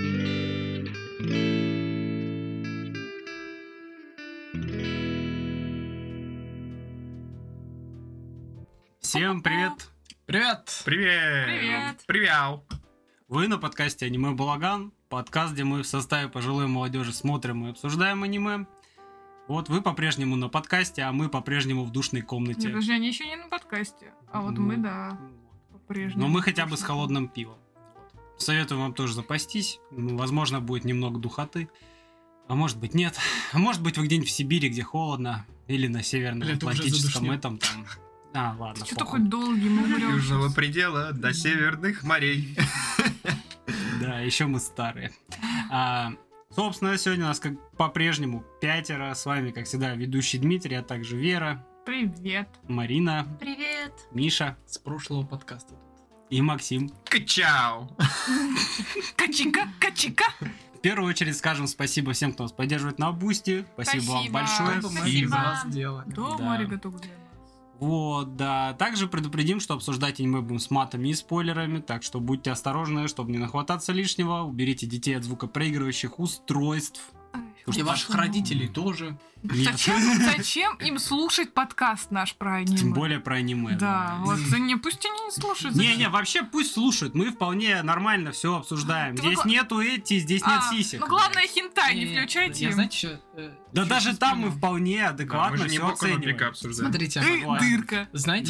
Всем привет! Привет! Привет! Привет! Вы на подкасте «Аниме Балаган», подкаст, где мы в составе пожилой молодежи смотрим и обсуждаем аниме. Вот вы по-прежнему на подкасте, а мы по-прежнему в душной комнате. Подожди, они еще не на подкасте. А вот мы, да, по-прежнему. Но мы хотя бы с холодным пивом. Советую вам тоже запастись. Возможно, будет немного духоты. А может быть, нет. А может быть, вы где-нибудь в Сибири, где холодно. Или на Северно-Атлантическом этом там. А, ладно. Что такой долгий, мы умрем. Южного предела до северных морей. Да, еще мы старые. Собственно, сегодня у нас как по-прежнему 5. С вами, как всегда, ведущий Дмитрий, а также Вера. Привет. Марина. Привет. Миша. С прошлого подкаста. И Максим. Качау! Качика. В первую очередь скажем спасибо всем, кто нас поддерживает на Бусти. Спасибо вам большое. Спасибо. Да. Аригато гозаимасу. Вот, да. Также предупредим, что обсуждать аниме будем с матами и спойлерами, так что будьте осторожны, чтобы не нахвататься лишнего. Уберите детей от звукопроигрывающих устройств. И ваших родителей тоже. Нет. Зачем им слушать подкаст наш про аниме? Тем более про аниме. Да, вот пусть они не слушают. Не, вообще пусть слушают. Мы вполне нормально все обсуждаем. Ты Здесь нету здесь нет сисек. Ну главное, хентай не включайте. Я, знаете, что... Да даже там мы вполне адекватно все оцениваем. обсуждаем. Смотрите, Дырка.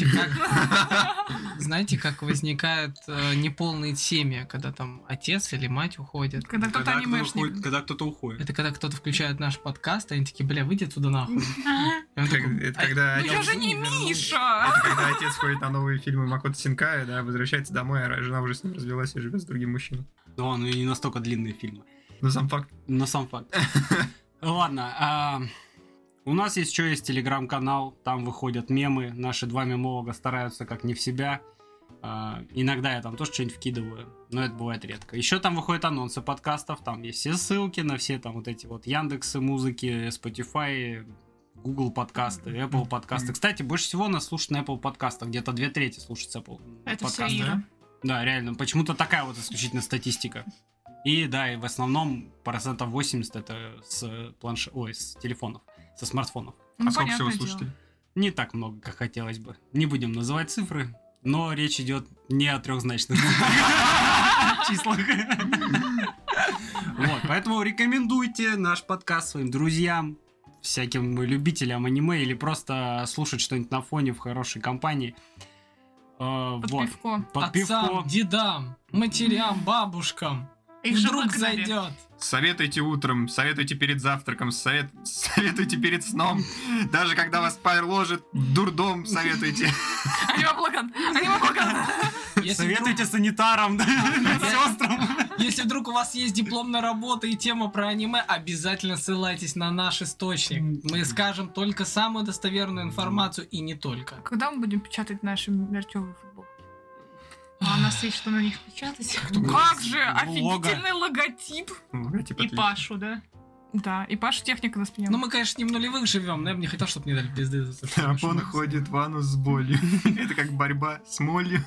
знаете, как возникают неполные семьи, когда там отец или мать уходят? Когда кто-то анимешник. Когда кто-то уходит. Это когда кто-то включает наш подкаст, и они такие, бля, выйди отсюда нахуй. И он такой, Это когда Ну я же не Миша. Это когда отец ходит на новые фильмы Макото Синкая, да, возвращается домой, а жена уже с ним развелась и живет с другим мужчиной. Ну, и не настолько длинные фильмы. Но сам факт. Но сам факт. Ладно, у нас еще есть телеграм-канал, там выходят мемы, наши 2 мемолога стараются как не в себя. Иногда я там тоже что-нибудь вкидываю, но это бывает редко. Еще там выходят анонсы подкастов, там есть все ссылки на все там вот эти вот Яндексы музыки, Spotify, Google подкасты, Apple подкасты. Кстати, больше всего нас слушают на Apple подкастах, где-то 2/3 слушается Apple Это подкасты. все Ира. Да, реально, почему-то такая вот исключительно статистика. И да, и в основном 80% это с с телефонов, со смартфонов. Ну, А сколько всего понятное слушателей? Не так много, как хотелось бы. Не будем называть цифры, но речь идет не о трехзначных числах. Вот, поэтому рекомендуйте наш подкаст своим друзьям, всяким любителям аниме или просто слушать что-нибудь на фоне в хорошей компании. Под Вот. пивко. Под пивко. отцам, дедам, матерям, бабушкам. Их же Вдруг выгнали. зайдет. Советуйте утром, советуйте перед завтраком, советуйте перед сном. Даже когда вас положит дурдом, советуйте. Аниме-благан. Советуйте санитарам, медсестрам. Если вдруг у вас есть дипломная работа и тема про аниме, обязательно ссылайтесь на наш источник. Мы скажем только самую достоверную информацию и не только. Когда мы будем печатать наши мерчевые футболки? А у нас есть что на них печатать? Как же, офигительный логотип. И Пашу, да? Да, и Паша техника на спине. Ну, мы, конечно, не в нулевых живем, но я бы не хотел, чтобы мне дали пизды за то, что... Он ходит в анус с болью. Это как борьба с молью.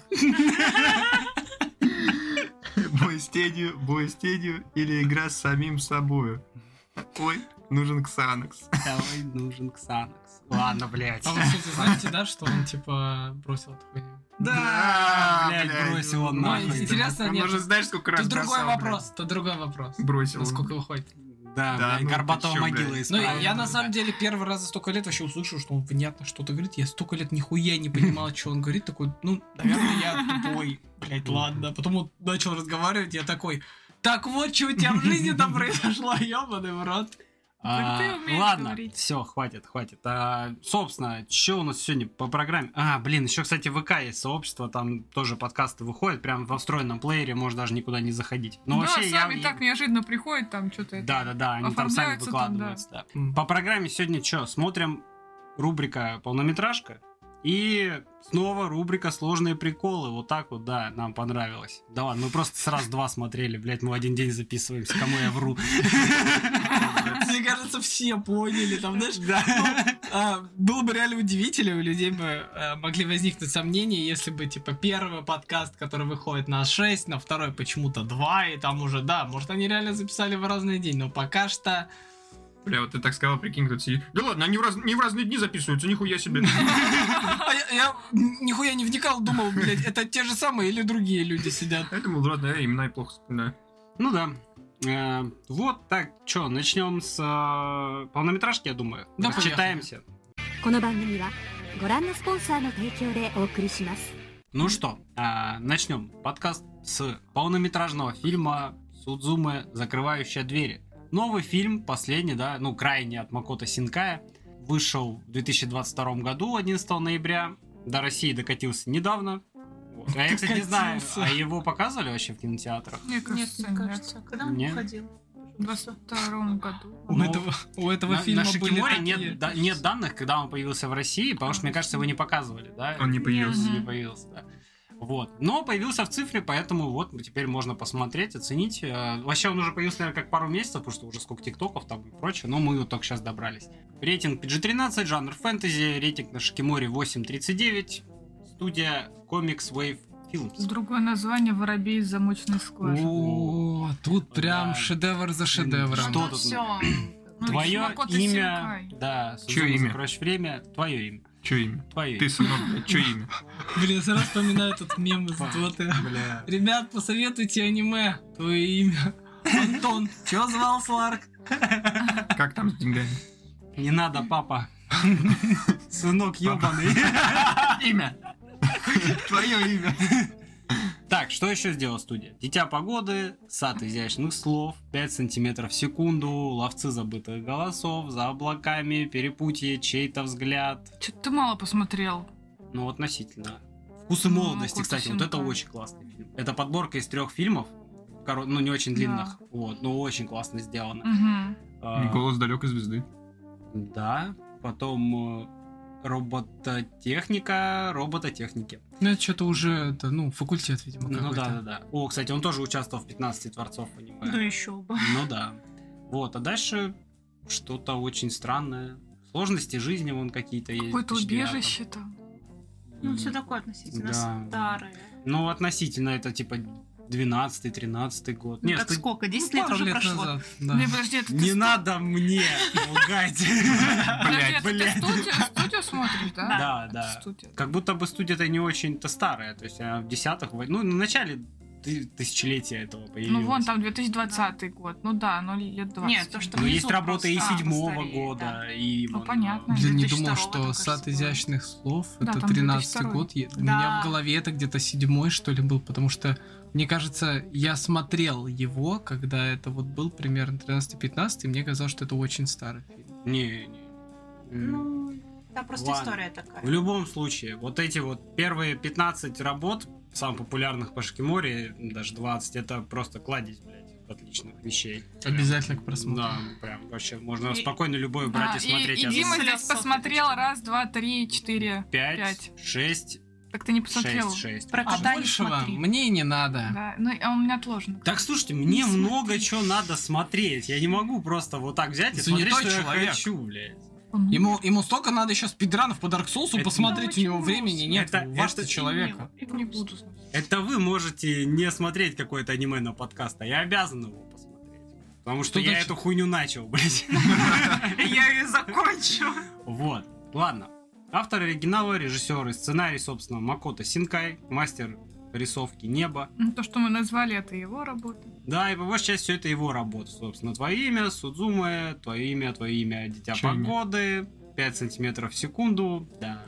Бой с тенью или игра с самим собою. Ой, нужен Ксанакс. Ой, нужен Ксанакс. Ладно, блядь. А вы, кстати, знаете, да, что он, типа, бросил эту хуйню? Да, блядь, бросил он Ну, нахуй. интересно, Он нет. уже знаешь, сколько раз Тут другой бросал, вопрос, тут другой вопрос. блядь. Бросил. Насколько выходит. Да, Да, блядь, ну Горбатова ты чё, могила блядь. Ну, исправила. я на самом деле первый раз за столько лет вообще услышал, что он внятно что-то говорит. Я столько лет нихуя не понимал, что он говорит. Такой, ну, наверное, я тупой. Блять, ладно. Потом он начал разговаривать, я такой, так вот, что у тебя в жизни там произошло, ёбаный в рот. Так ты умеешь Ладно, говорить. все, хватит. Собственно, что у нас сегодня по программе? Еще, кстати, в ВК есть сообщество, там тоже подкасты выходят, прям во встроенном плеере, можно даже никуда не заходить. Но Да, вообще сами так неожиданно приходят, там что-то... Да, они там сами оформляются там, выкладываются. Да. По программе сегодня что? Смотрим рубрика «Полнометражка». И снова рубрика «Сложные приколы». Вот так вот, да, нам понравилось. Да ладно, мы просто сразу 2 смотрели. Блять, мы в один день записываемся. Кому я вру? Мне кажется, все поняли. Там, знаешь, было бы реально удивительно, у людей бы могли возникнуть сомнения, если бы, типа, первый подкаст, который выходит на 6, на второй почему-то 2, и там уже, да, может, они реально записали в разный день, но пока что... Бля, вот ты так сказал, прикинь, кто-то сидит. Да ладно, они не в разные дни записываются, нихуя себе. Я нихуя не вникал, думал, блядь, это те же самые или другие люди сидят. Я думал, ладно, я имена и плохо вспоминаю. Ну да. Вот так, что, начнем с полнометражки, я думаю. Да, Читаемся. Ну что, начнем подкаст с полнометражного фильма «Судзуме. Закрывающая двери». Новый фильм, последний, да, ну, крайний от Макото Синкая, вышел в 2022 году, 11 ноября. До России докатился недавно. Вот. А я, кстати, не знаю, а его показывали вообще в кинотеатрах? Мне кажется. Когда он выходил? В 22 году. У этого фильма на были Шикиморе такие... нет данных, когда он появился в России, потому что, мне кажется, его не показывали, да? Он не появился. Не появился, да. Вот. Но появился в цифре, поэтому вот теперь можно посмотреть, оценить. Вообще он уже появился, наверное, как пару месяцев, потому что уже сколько тиктоков там и прочее, но мы вот только сейчас добрались. Рейтинг PG-13, жанр фэнтези, рейтинг на Шикиморе 8.39, студия Comics Wave Films. Другое название «Воробей из замочной скважины». О, тут прям шедевр за шедевром. Что тут? Твое имя, да, Чьё имя? Короче, время, твое имя. Чё имя? Твое Ты, имя. сынок, блядь, чё имя? Блин, сразу вспоминаю этот мем из Доты. Бля. Ребят, посоветуйте аниме. Твое имя. Антон. Чё звал Сларк? Как там с деньгами? Не надо, папа. Сынок ёбаный. Имя. Твое имя. Так, что еще сделала студия? Дитя погоды, сад изящных слов, 5 сантиметров в секунду, ловцы забытых голосов, за облаками, перепутье, чей-то взгляд. Что-то ты мало посмотрел. Ну, относительно. Вкусы молодости, кстати, вот это очень классный фильм. Это подборка из 3 фильмов, ну, не очень длинных, вот, но очень классно сделано. Голос далекой звезды. Да, потом робототехники. Ну, это что-то уже, факультет, видимо, Ну какой-то. да. О, кстати, он тоже участвовал в 15 творцов аниме. Да еще бы. Ну да. Вот, а дальше что-то очень странное. Сложности жизни вон какие-то есть. Какое-то убежище там. Ну, все такое относительно старое. Ну, относительно это типа 12-13 год. Ну, так сколько? 10 лет пару уже лет прошло. назад, да. Не, подожди, это Не ты надо мне лгать. Подожди, это ты студию смотришь, да? Да. Студия. Как будто бы студия-то не очень-то старая. То есть она в десятых, ну, на начале тысячелетия этого появилась. Ну, вон там 2020 год. Ну да, лет 20. Нет, то, что Ну, внизу есть работы и просто 7-го постарее, года, да. и... Ну, вон, понятно. Блин, не 2002 думал, что кажется, «Сад было. изящных слов» Да, это там 13-й 2002. год. У Да. меня в голове это где-то 7-й, что ли, был, потому что, мне кажется, я смотрел его, когда это вот был примерно 13-15, и мне казалось, что это очень старый фильм. Не. Ну, там просто Ладно. история такая. В любом случае, вот эти вот первые 15 работ, самых популярных по Шикиморе, даже 20, это просто кладезь, блядь, отличных вещей. Обязательно к просмотру. Да, прям вообще можно И- спокойно любой брать и смотреть. И Дима здесь Соточка. посмотрел 1, 2, 3, 4. 5, 6, Так ты не посмотрел. 6. Про А кота не большего смотри. мне и не надо. Да, ну а у меня отложено. Так, слушайте, мне Не много смотри. чего надо смотреть. Я не могу просто вот так взять и смотреть, Занятой что человек. я хочу, блядь. Ему столько надо сейчас спидранов по Dark Souls Это посмотреть, у очень него много времени нет, Это- у вас-то это- человека. Не буду смотреть. Это вы можете не смотреть какое-то аниме на подкаст, а я обязан его посмотреть. Потому что Что я значит? эту хуйню начал, блядь. Я ее закончу. Вот. Ладно. Автор оригинала, режиссер и сценарий, собственно, Макото Синкай, мастер рисовки «Небо». Ну, то, что мы назвали, это его работа. Да, и по большей части все это его работа, собственно. Твое имя, Судзуме, твое имя, Дитя Чьё имя? погоды, 5 сантиметров в секунду, да.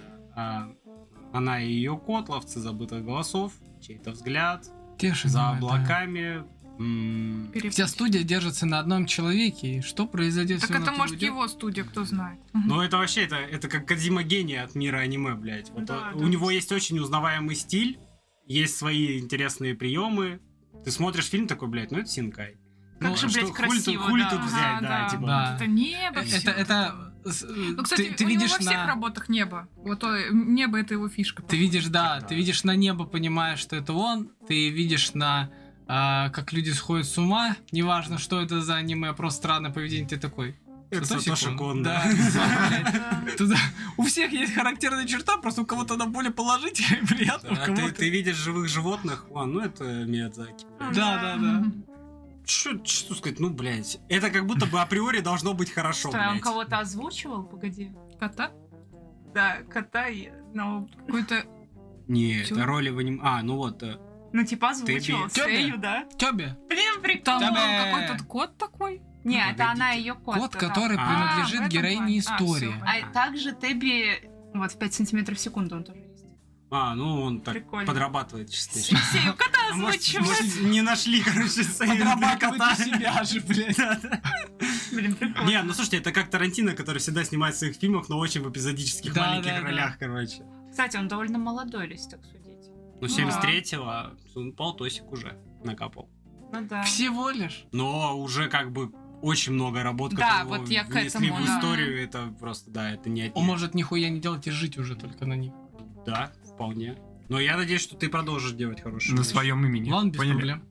Она и ее кот, ловцы забытых голосов, чей-то взгляд, Те же за знают, да. облаками. Вся студия держится на одном человеке, и что произойдет, Так если он это оттуда может уйдет? его студия, кто знает. Ну, это вообще, это как Кодзима гений от мира аниме, блядь. Вот, Да, у да. него есть очень узнаваемый стиль, есть свои интересные приемы. Ты смотришь фильм такой, блядь, ну это Синкай. Как Ну, же, что, блядь, красиво, хули да. тут взять, Ага, да, да. типа. Да. Это небо. всё. Это Ну, кстати, ты у него видишь во всех на... работах небо. Вот небо — это его фишка. Ты видишь, да, ты видишь на небо, понимаешь, что это он. Ты видишь на... как люди сходят с ума. Неважно, что это за аниме, просто странное поведение. Ты такой... Это Сатоши Кон, да. Туда. У всех есть характерная черта, просто у кого-то она более положительная и приятная, у кого-то... Ты видишь живых животных, ну это Миядзаки. Да. Что сказать, ну, блядь. Это как будто бы априори должно быть хорошо, Стой, он блядь. кого-то озвучивал? Погоди. Кота? Да, кота и... Ну, Какой-то... Не, Чё? это роли в аниме... Ну вот. ну типа озвучивал. Тэби. Сэю, да? Тёбе. Блин, прикольно. Там Тебе. какой-то кот такой. Не, Ну, это она погодите. ее кот. Кот, который А, принадлежит в этом героине плане. истории. Всё, А также Тэби... Вот, в 5 сантиметров в секунду он тоже есть. Ну он так Прикольно. подрабатывает чисто. Сэю кота Может, озвучивает. не нашли, короче, Сэю для Подрабатывает кота. у себя же, блядь. Да. Блин, прикольно. Не, ну слушайте, это как Тарантино, который всегда снимает в своих фильмах, но очень в эпизодических Да, маленьких да, да. ролях, короче. Кстати, он довольно молодой, если так судить. Ну, 73-го, полтосик уже накапал. Ну да. Всего лишь. Но уже как бы очень много работ, Да, которые вот я к внесли этому, в да. историю, это просто, да, это не Он может нихуя не делать и жить уже только на них. Да, вполне. Но я надеюсь, что ты продолжишь делать хорошие На вещи. своем имени. Ладно, без Поняли? проблем.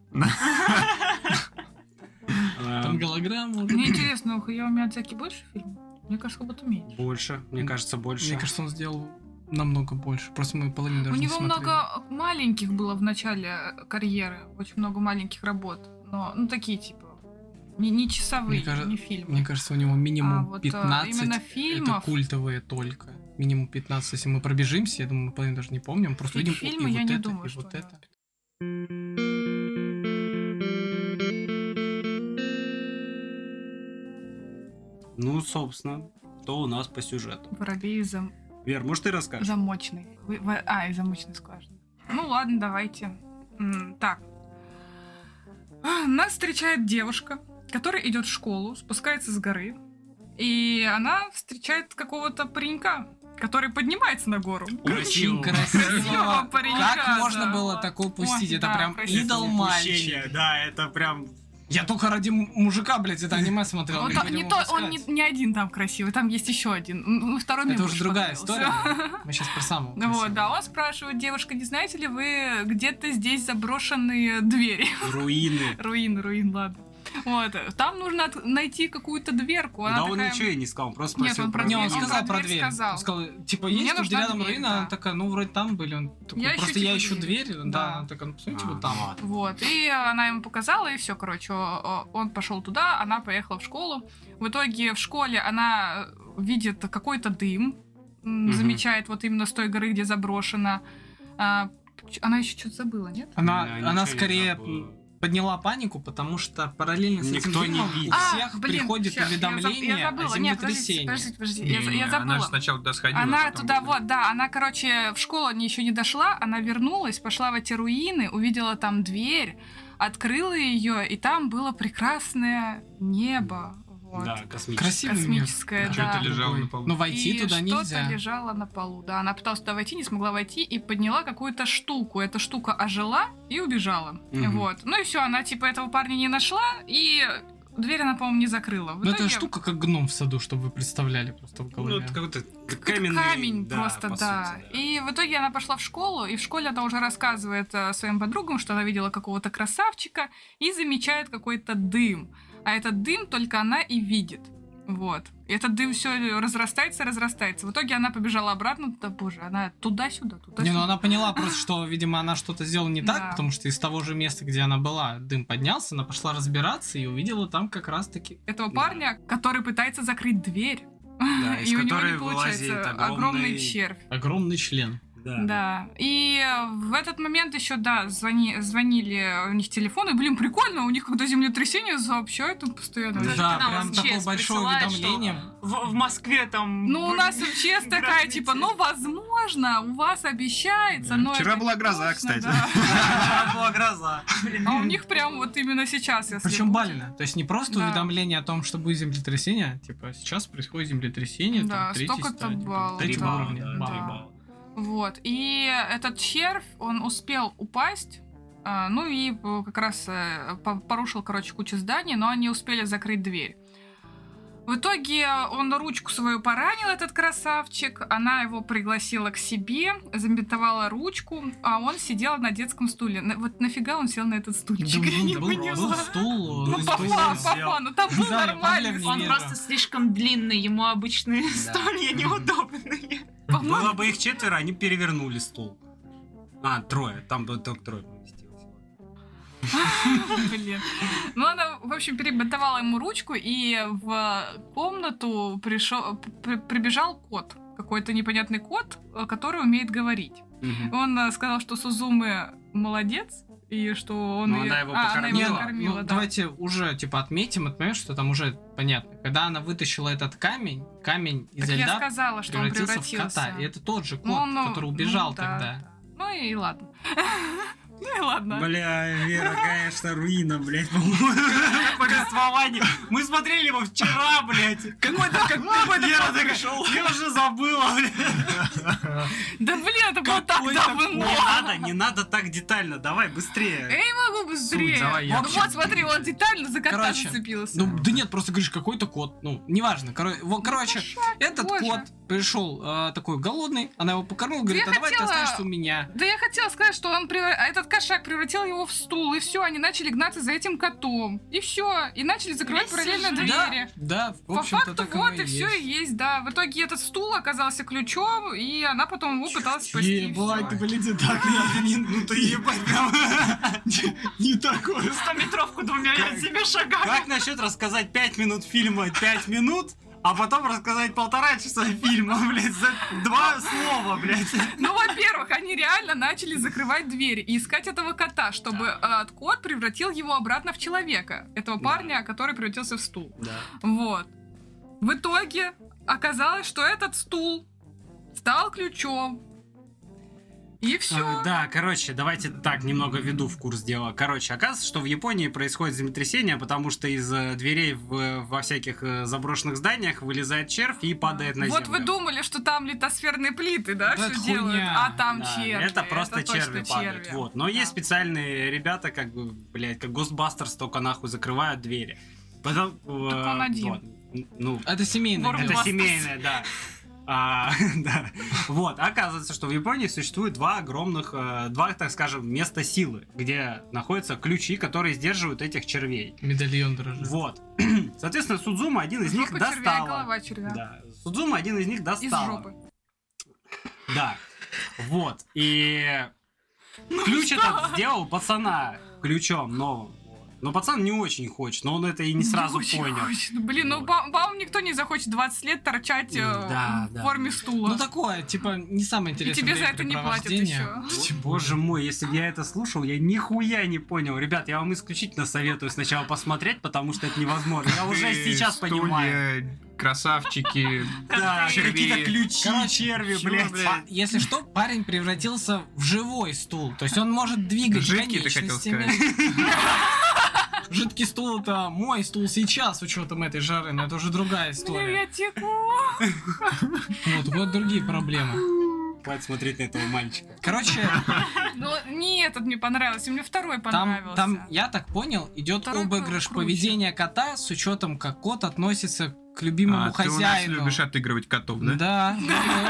Там голограмма уже. Мне интересно, у Хаяо Миядзаки больше фильмов? Мне кажется, как будто меньше. Больше, мне кажется, больше. Мне кажется, он сделал намного больше. Просто мы половину даже У не него смотрели. много маленьких было в начале карьеры, очень много маленьких работ. Но, ну, такие, типа, не часовые, Мне кажется- не фильмы. Мне кажется, у него А минимум вот 15. именно Это фильмов, культовые только. Минимум 15. Если мы пробежимся, я думаю, мы половину даже не помним. Просто видим фильмы и я вот не это, думаю, и что вот у это. него. Ну, собственно, что у нас по сюжету. Воробей Вер, может, ты расскажешь? замочный. И замочный скважины. Ну ладно, давайте. Так. Нас встречает девушка, которая идет в школу, спускается с горы, и она встречает какого-то паренька, который поднимается на гору. Очень Красиво. Красивого красиво. паренька, Как можно да. было такое упустить? Ой, Это да, прям красиво. идол мальчик. Упущение, да, это прям... Я только ради мужика, блядь, это аниме смотрел. Он, не он будем не упускать. не один там красивый, там есть еще один. Второй мне Это больше уже другая понравился. история. Мы сейчас про самого. Вот, красивого. да, он спрашивает, девушка, не знаете ли вы где-то здесь заброшенные двери? Руины. Руин, ладно. Вот, там нужно найти какую-то дверку. Она Да он такая... ничего и не сказал, он просто Нет, спросил он про Не, он Он сказал про про дверь дверь. сказал. Он сказал, типа, Мне есть тут нужна рядом дверь, руины? да. Она такая, ну, вроде там были. Он такой, Я просто ищу, я типа, ищу дверь. дверь. Да. Да, она такая, ну, посмотрите, вот там. Вот, и она ему показала, и все, короче, он пошел туда, она поехала в школу. В итоге в школе она видит какой-то дым, замечает вот именно с той горы, где заброшена. Она еще что-то забыла, нет? Она ничего не скорее забыла. подняла панику, потому что параллельно с этим Никто не дымом видит. у всех приходит щас, уведомление я о забыла. Нет, землетрясении. подождите, Не, я забыла. Она же сначала туда сходила. Она потом туда, была. вот, да, она, короче, в школу еще не дошла, она вернулась, пошла в эти руины, увидела там дверь, открыла ее, и там было прекрасное небо. Вот. Да, космический. Красивый мир. Космическое, А да. что это лежало на полу? Но войти И туда что-то нельзя. лежало на полу, да. Она пыталась туда войти, не смогла войти и подняла какую-то штуку. Эта штука ожила и убежала. Мгм. Вот. Ну и все, она типа этого парня не нашла, и дверь она, по-моему, не закрыла. В Ну, это итоге- штука как гном в саду, чтобы вы представляли просто в Ну, голове. это какой-то Какой-то каменный... камень да, просто, по да. сути, да. И в итоге она пошла в школу, и в школе она уже рассказывает своим подругам, что она видела какого-то красавчика и замечает какой-то дым. А этот дым только она и видит. Вот. И этот дым все разрастается. В итоге она побежала обратно. Да боже, она туда-сюда, Не, ну туда-сюда. она поняла просто, что, видимо, она что-то сделала не так, Да. потому что из того же места, где она была, дым поднялся, она пошла разбираться и увидела там как раз-таки... Этого парня, который пытается закрыть дверь. Да, из И у него которой не получается. вылазит Огромный червь. Огромный член. Да. И в этот момент еще, да, звонили у них телефоны. Блин, прикольно, у них когда землетрясение сообщают им постоянно. Даже Да, канал прям МЧС такое большое присылает, уведомление. В Москве там... Ну, у нас МЧС такая, грозный типа, цвет. ну, возможно, у вас обещается, но Вчера это была не гроза, точно, кстати. да. Была гроза. А у них прям вот именно сейчас, если Причем будет. бально. То есть не просто Да. уведомление о том, что будет землетрясение, типа сейчас происходит землетрясение, Да, там, третьей столько-то стадии, баллов, третьего да, уровня. да. Балл. Вот. И этот червь, он успел упасть, ну и как раз порушил, короче, кучу зданий, но они успели закрыть дверь. В итоге он ручку свою поранил, этот красавчик. Она его пригласила к себе, забинтовала ручку, а он сидел на детском стуле. Вот нафига он сел на этот стульчик? Я не Был поняла. стул. Ну, папа, ну там был Да, я нормальный проблем не стул. Он вижу. просто слишком длинный, ему обычные стулья неудобные. Было бы их 4, они перевернули стул. 3, там бы только 3 поместилось. Блин. Ну, она, в общем, перебинтовала ему ручку, и в комнату прибежал кот. Какой-то непонятный кот, который умеет говорить. Он сказал, что Сузумэ молодец, и что он... Но она его покормила. покормила, да. Давайте уже, отметим, это, что там уже понятно. Когда она вытащила этот камень изо Так я льда сказала, что он превратился в превратился. кота. И это тот же кот, Ну, который убежал да, тогда. да. Ну и ладно. Ну и ладно. Бля, Вера, конечно, руина, блядь, по-моему. Повествование. Мы смотрели его вчера, блядь. Какой-то Вера такая, я уже забыла, блядь. Да блин, это было так Какой-то давно. Не надо так детально, давай, быстрее. Я не могу быстрее. Суть, давай я. Ну вот смотри, он детально за кота Короче, зацепился. Ну, да нет, просто говоришь, какой-то кот. Ну, неважно. Короче, этот Боже. кот пришел такой голодный, она его покормила, говорит, Я а давай ты хотела- останешься у меня. Да я хотела сказать, что этот кошак превратил его в стул, и все, они начали гнаться за этим котом. И все, и начали закрывать Весь параллельно сюжет. двери. Да, в По общем-то, факту так вот оно и все и есть, да. В итоге этот стул оказался ключом, и она потом его пыталась спасти. и всё. ты, блин, так, ну ты ебать, прям не такой. 100-метровку 2 этими шагами. Как насчет рассказать 5 минут фильма 5 минут, а потом рассказать 1,5 часа фильма, блядь, за 2 слова, блядь. Ну, во-первых, они реально начали закрывать дверь и искать этого кота, чтобы кот превратил его обратно в человека. Этого Да. парня, который превратился в стул. Да. Вот. В итоге оказалось, что этот стул стал ключом. И все. Да, короче, давайте так немного введу в курс дела. Короче, оказывается, что в Японии происходит землетрясение, потому что из дверей во всяких заброшенных зданиях вылезает червь и падает на землю. Вот вы думали, что там литосферные плиты, да, Да все это делают, хуйня. а там Да, черви. это просто точно черви падают. черви. Вот. Но Да. есть специальные ребята, как бы, блядь, как Ghostbusters, только нахуй закрывают двери. Потом, Так он один. вот. Ну, Это семейный. Вор- это Ghostbusters. семейное, да. Да. Вот, оказывается, что в Японии существует два, так скажем, места силы, где находятся ключи, которые сдерживают этих червей. Медальон дрожит. Вот. Соответственно, Судзума один из них Жопа червя и достала. голова червя. Да. Судзума один из них Из достала. жопы. Да. Вот. И ключ этот сделал пацана ключом новым. Но пацан не очень хочет, но он это и не сразу Очень понял. хочет. Блин, ну, Вот. по-моему, никто не захочет 20 лет торчать Да, в да. форме стула. Ну такое, типа, не самое И интересное тебе за это не платят еще. Вот, боже мой, если бы я это слушал, я нихуя не понял. Ребят, я вам исключительно советую сначала посмотреть, потому что это невозможно. Я уже сейчас понимаю. Стулья, красавчики. Да, черви. какие-то ключи, Короче, черви, чё, блядь. блядь? Если что, парень превратился в живой стул. То есть он может двигать Жидкий, ты хотел конечностями. Жидкий стул — это мой стул сейчас, с учетом этой жары, но это уже другая Бля, история. я теку. Вот другие проблемы. Хватит смотреть на этого мальчика. Короче, Ну, не этот мне понравился, мне второй там, понравился. я так понял, идет Второй обыгрыш круче. поведения кота с учетом, как кот относится к любимому Ты у нас хозяину. любишь отыгрывать котов, да? Да.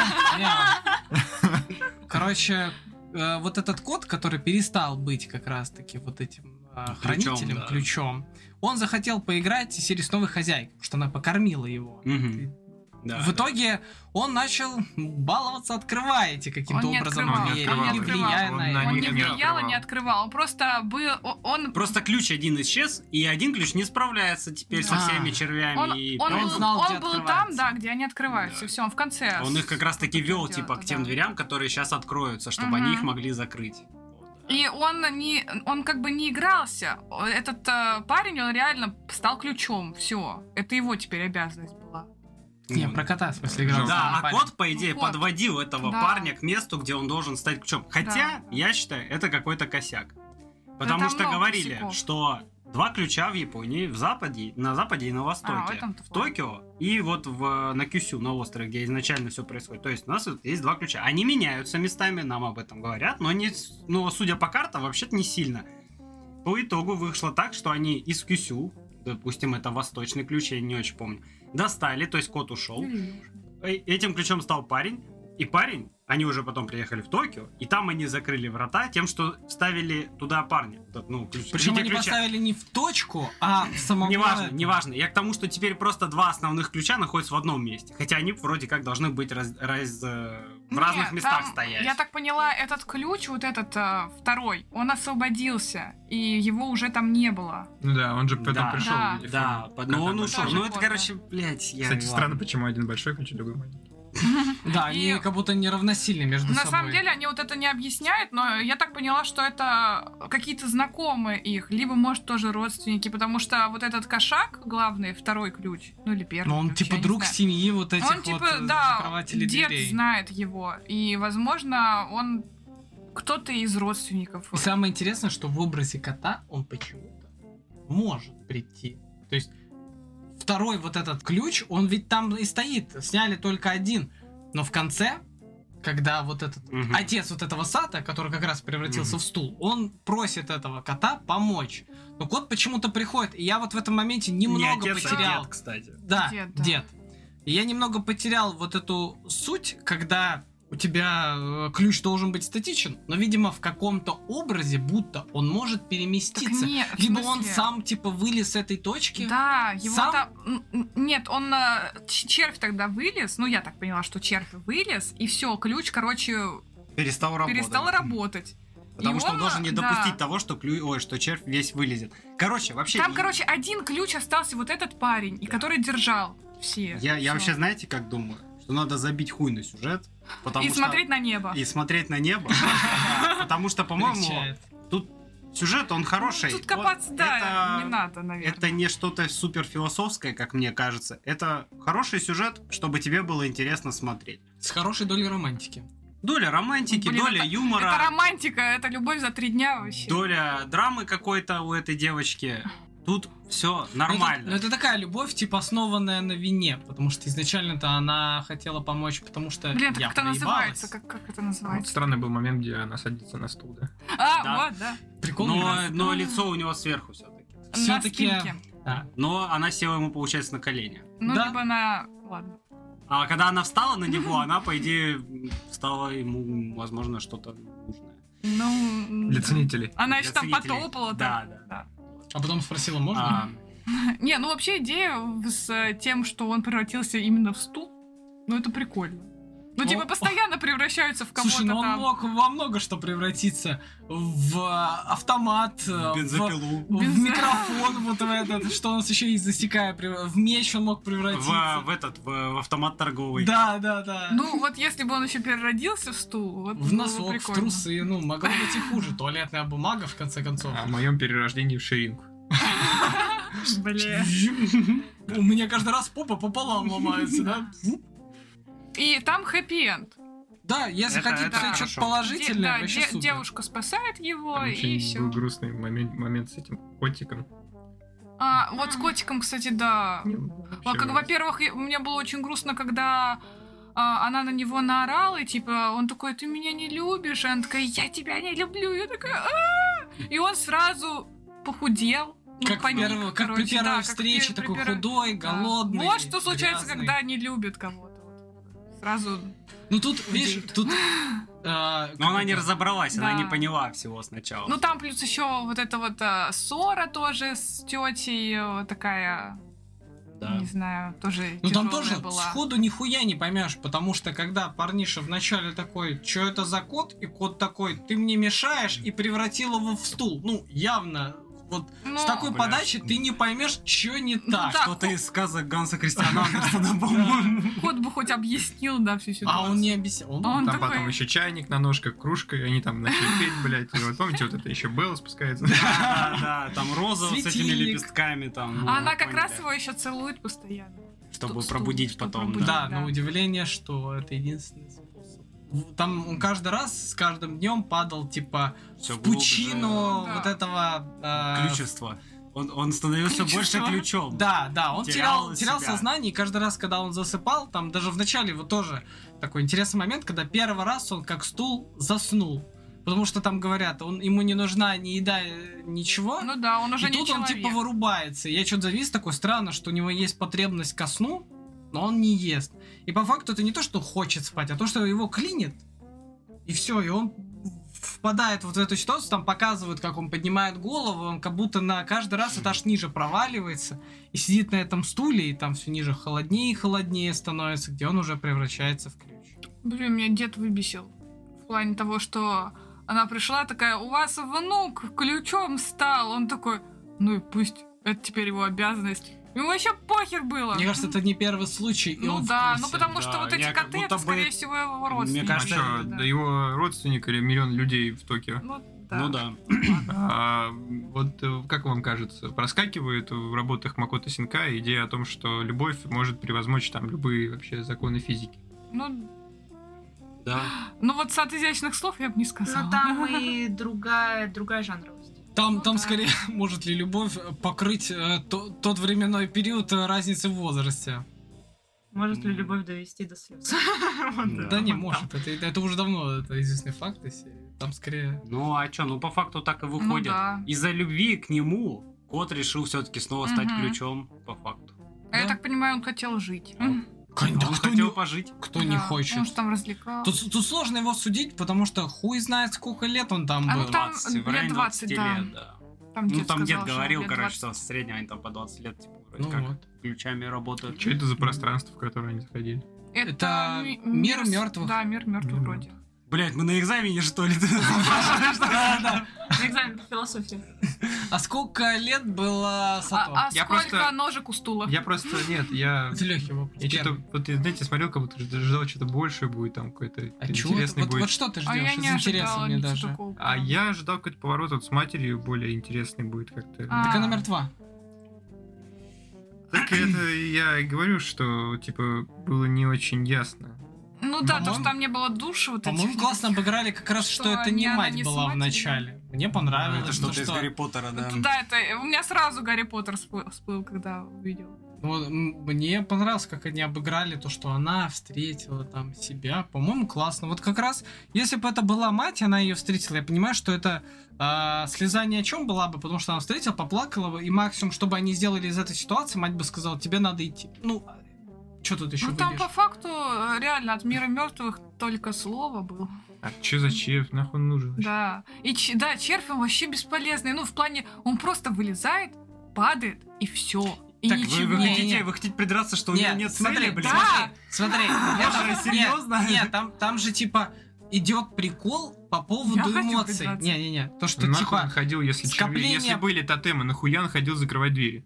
Короче, вот этот кот, который перестал быть как раз-таки вот этим хранителем, да. ключом, он захотел поиграть из серии с новой хозяйкой, потому что она покормила его. Мгм. Да, В да. итоге он начал баловаться, открываете каким-то Он не образом открывал, двери, он не не открывал. влияя Он на на это. Он них не не влиял и не открывал. открывал, он просто был... Он... Просто ключ один исчез, и один ключ не справляется теперь со Да. всеми червями. Он, и он он был, знал, где он был там, открывается. да, где они открываются. Да. Все, он в конце. Он их как раз таки вел, делает, типа, к тем да. дверям, которые сейчас откроются, чтобы Мгм. они их могли закрыть. И он как бы не игрался. Этот парень, он реально стал ключом. Все. Это его теперь обязанность была. Не, Вот. про кота, в смысле, играл. Да, а парень. кот, по идее, Ну, кот. подводил этого Да. парня к месту, где он должен стать ключом. Хотя, Да. я считаю, это какой-то косяк. Потому там что много говорили, косяков. что 2 ключа в Японии, на западе и на востоке. этом-то В Токио и вот на Кюсю, на острове, где изначально все происходит. То есть у нас вот есть 2 ключа. Они меняются местами, нам об этом говорят, но судя по картам, вообще-то не сильно. По итогу вышло так, что они из Кюсю допустим, это восточный ключ, я не очень помню. Достали, то есть кот ушел. Этим ключом стал парень. И парень, они уже потом приехали в Токио, и там они закрыли врата тем, что вставили туда парня. Причем они поставили не в точку, а в самом... Неважно. Я к тому, что теперь просто два основных ключа находятся в одном месте. Хотя они вроде как должны быть в разных местах стоять. Я так поняла, этот ключ, вот этот второй, он освободился, и его уже там не было. Ну да, он же потом пришел. Да, но он ушел. Ну это, короче, блядь, Кстати, странно, почему один большой ключ, а другой маленький. Да, они как будто не равносильны между собой. На самом деле они вот это не объясняют, но я так поняла, что это какие-то знакомые их, либо, может, тоже родственники, потому что вот этот кошак, главный, второй ключ, ну или первый. Но он ключ, типа друг семьи вот этих он, типа, да, закрывателей дед дверей. знает его, и, возможно, он кто-то из родственников. И самое интересное, что в образе кота он почему-то может прийти. То есть второй вот этот ключ, он ведь там и стоит. Сняли только один. Но в конце, когда вот этот отец вот этого Сата, который как раз превратился в стул, он просит этого кота помочь. Но кот почему-то приходит. И я вот в этом моменте немного не отец, потерял. А дед, кстати. Да, Дед. И я немного потерял вот эту суть, когда у тебя ключ должен быть статичен, но, видимо, в каком-то образе, будто он может переместиться. Так нет, в либо смысле? он сам, типа, вылез с этой точки. Да, его Сам? там... Нет, он... Червь тогда вылез, ну, я так поняла, что червь вылез, и все, ключ, короче, Перестал работать. Потому И что он должен не допустить да. того, что что червь весь вылезет. Короче, вообще... Там, короче, один ключ остался, вот этот парень, и который держал все. Я Всё. вообще, знаете, как думаю? Что надо забить хуй на сюжет. И смотреть на небо. И смотреть на небо. Потому что, по-моему, тут сюжет, он хороший. Тут копаться, да, не надо, наверное. Это не что-то супер философское, как мне кажется. Это хороший сюжет, чтобы тебе было интересно смотреть. С хорошей долей романтики. Доля романтики, Блин, доля юмора. Это романтика, это любовь за 3 дня вообще. Доля драмы какой-то у этой девочки. Тут все нормально. Но это такая любовь, типа, основанная на вине. Потому что изначально-то она хотела помочь, потому что Блин, я как это проебалась. называется? Как это Вот называется? странный был момент, где она садится на стул, да? Да. Вот, да. Прикольно. Но лицо у него сверху все-таки. На Всё-таки... спинке. Да. Но она села ему, получается, на колени. Ну, Да. либо на... Ладно. А когда она встала на него, она, по идее, стала ему, возможно, что-то нужное. Ну... Для ценителей. Она Для еще там ценителей. потопала. Да. А потом спросила, можно? Не, ну вообще идея с тем, что он превратился именно в стул, ну это прикольно. Ну, типа, постоянно превращаются в кого-то Слушай, ну он там. мог во много что превратиться. В автомат, Бензопилу. в микрофон, вот в этот, что у нас еще есть засекая, в меч он мог превратиться. В автомат торговый. Да. Ну, вот если бы он еще переродился в стул, вот В было бы носок, в прикольно. трусы, ну, могло быть и хуже. Туалетная бумага, в конце концов. О моем перерождении в ширинку. Бля. У меня каждый раз попа пополам ломается, да? И там хэппи-энд. Да, если Это хотите хорошо. что-то положительное, Да, вообще супер. девушка спасает его, Там и очень все. был грустный момент с этим котиком. Вот с котиком, кстати, да. Во-первых, мне было очень грустно, когда она на него наорала, и типа, он такой, ты меня не любишь, и она такая, я тебя не люблю, я такая, «А-а-а!» И он сразу похудел. Ну, Как, паник, как при короче, первой да, как встрече, при такой первой- худой, Да. голодный. Вот что случается, грязный. когда не любят кого-то. Сразу... Ну тут, видишь, Худеет. тут... Но она не разобралась, она Да. не поняла всего сначала. Ну, там плюс еще вот эта вот ссора тоже с тетей такая... Да. Не знаю, тоже Ну там тяжелая тоже была. сходу нихуя не поймешь, потому что когда парниша вначале такой, что это за кот, и кот такой, ты мне мешаешь, и превратил его в стул. Ну, явно, вот Ну, с такой бля. подачи ты не поймешь, что не так. да. Что-то из сказок Ганса Кристиана Андерсона, по-моему. Кот бы хоть объяснил, да, всю ситуацию. А он не объяснял. Он- Он Там такой- потом еще чайник на ножках, кружка, и они там начали петь, блядь. И вот помните, вот это еще Белла спускается. Да, там роза вот с этими Светильник. лепестками там. А она как поняли. раз его еще целует постоянно. Чтобы Стул, пробудить чтобы потом. пробудить. Да, Да. на удивление, что это единственный способ. Там он каждый раз с каждым днем падал, типа, Всё в глубже. пучину Да. вот этого... Ключевство. Он становился Ключевство. больше ключом. Да, он терял себя. сознание, и каждый раз, когда он засыпал, там даже в начале вот тоже такой интересный момент, когда первый раз он как стул заснул. Потому что там говорят, ему не нужна ни еда, ничего. Ну да, он уже И не тут человек. он типа вырубается. Я что-то завис, такой странно, что у него есть потребность ко сну, но он не ест. И по факту это не то, что хочет спать, а то, что его клинит. И все, и он впадает вот в эту ситуацию, там показывают, как он поднимает голову, он как будто на каждый раз этаж ниже проваливается и сидит на этом стуле, и там все ниже холоднее и холоднее становится, где он уже превращается в ключ. Блин, меня дед выбесил. В плане того, что она пришла такая, у вас внук ключом стал. Он такой, ну и пусть, это теперь его обязанность. Ему вообще похер было. Мне кажется, это не первый случай, и Ну он в да, курсе. ну потому что Да, вот эти я как коты, будто это, скорее бы- всего, его Мне родственники. кажется, А Да. что, его родственник или миллион людей в Токио? Ну да. Ну да. Вот как вам кажется, проскакивает в работах Макото Синкай идея о том, что любовь может превозмочь там любые вообще законы физики? Ну, Да. ну вот сад изящных слов я бы не сказала. Но там и другая жанровость. Там, Ну там да. скорее может ли любовь покрыть тот временной период разницы в возрасте. Может ли любовь довести до слез? Да не может, это уже давно это известный факт. Там скорее... Ну а чё, ну по факту так и выходит. да. Из-за любви к нему кот решил все-таки снова стать Мгм. ключом, по факту. А я Да. так понимаю, он хотел жить. Он кто хотел не, пожить. кто не Да, хочет? Он же там развлекал. Тут сложно его судить, потому что хуй знает, сколько лет он там А был. ну там 20, в районе лет 20, 20 да. лет, да. Там Ну дед там дед сказал, что говорил, лет короче, 20. что в среднем они там по 20 лет, типа, вроде Ну как вот. ключами работают. Что это за пространство, в которое они заходили? Это ми- мир мертвых. Да, мир мертвых Мир вроде. Блять, мы на экзамене, что ли? Да-да. Экзамен по философии. А сколько лет было Сато? А Я сколько просто- ножек у стула? Я просто, нет, я... Это легкий вопрос. Я что-то, Первый. вот, знаете, смотрел, как будто ждал что-то большее будет, там какой-то А чё ты? интересный Вот, будет. вот что ты А я ждешь? не Из интереса ожидала мне ничего даже. такого. А я ожидал какой-то поворот вот с матерью более интересный будет как-то. А. Так она мертва. Так это я и говорю, что, типа, было не очень ясно. Ну да, то, По-моему- что там не было души вот По-моему, этих. классно обыграли как раз, что Что это не она мать не с была в матерью. начале. Мне понравилось. Это что-то из Гарри Поттера, да. Да, это у меня сразу Гарри Поттер всплыл, когда увидел. Вот, мне понравилось, как они обыграли то, что она встретила там себя. По-моему, классно. Вот как раз, если бы это была мать, она ее встретила, я понимаю, что это слеза ни о чем была бы, потому что она встретила, поплакала бы, и максимум, чтобы они сделали из этой ситуации, мать бы сказала, тебе надо идти. Ну, что тут еще Ну там выбьешь? по факту реально от мира мертвых только слово было. А что за червь? Нахуй он нужен? Да. И да, червь он вообще бесполезный. Ну, в плане, он просто вылезает, падает, и все. И Так ничего. Вы хотите придраться, что у него нет смотри, цели, блядь? Да. смотри. Боже, серьезно? Нет, там же типа идет прикол по поводу Я хочу эмоций. придраться. Не, то, что Нахуй типа... он ходил, если скопление- если были тотемы, нахуя он ходил закрывать двери?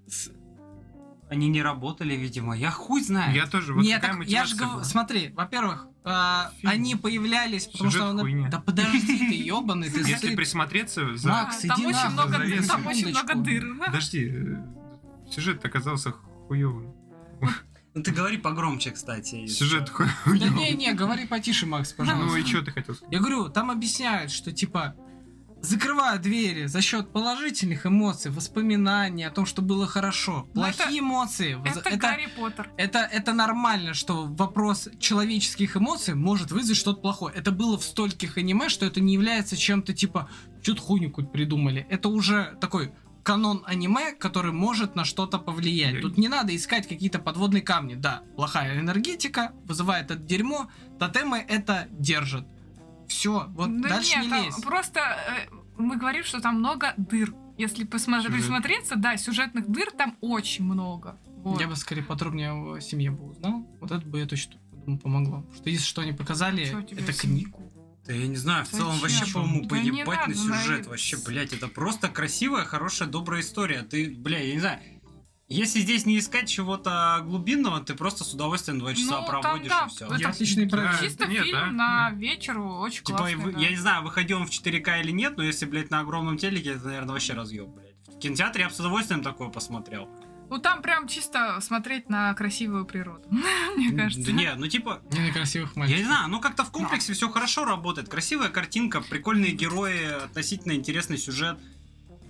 Они не работали, видимо. Я хуй знаю. Я тоже, вот Нет, какая так я же мотивация говорю, была? смотри, во-первых, они появлялись, потому Сюжет что... хуйня. Да подожди ты, ёбаный, ты Если стыд. присмотреться за... Макс, Там иди очень нахуй, много, завесу. там очень много секундочку. дыр. Подожди, сюжет оказался хуёвым. Ну ты говори погромче, кстати. если Сюжет что. Да хуёвым. не, говори потише, Макс, Ну пожалуйста. и что ты хотел сказать? Я говорю, там объясняют, что типа закрывают двери за счет положительных эмоций, воспоминаний о том, что было хорошо. Ну, Плохие эмоции. Это Гарри Поттер. Это нормально, что вопрос человеческих эмоций может вызвать что-то плохое. Это было в стольких аниме, что это не является чем-то типа, что-то хуйню какую-то придумали. Это уже такой канон аниме, который может на что-то повлиять. Тут не надо искать какие-то подводные камни. Да, плохая энергетика вызывает это дерьмо, тотемы это держат. Все, вот Да дальше нет, не там лезь. просто мы говорим, что там много дыр. Если Сюжет. присмотреться, да, сюжетных дыр там очень много. Вот. Я бы скорее подробнее о семье бы узнал. Вот это бы я точно думаю, помогло. Что если что они показали, Чё тебе это семья? книгу. Да я не знаю, в целом Зачем? вообще, по-моему, Да не поебать на надо, сюжет. наверное. Вообще, блядь, это просто красивая, хорошая, добрая история. Ты, бля, я не знаю. Если здесь не искать чего-то глубинного, ты просто с удовольствием 2 часа Ну, там, проводишь да, и все. это Отличный проект. Чисто Нет, фильм да, на да. вечер, очень Типа, классный. да. я не знаю, выходил он в 4К или нет, но если, блядь, на огромном телеке, это, наверное, вообще разъеб, блядь. В кинотеатре я бы с удовольствием такое посмотрел. Ну там прям чисто смотреть на красивую природу, мне кажется. Да не, ну типа, Не на красивых я мальчиков. не знаю, ну как-то в комплексе все хорошо работает. Красивая картинка, прикольные герои, относительно интересный сюжет.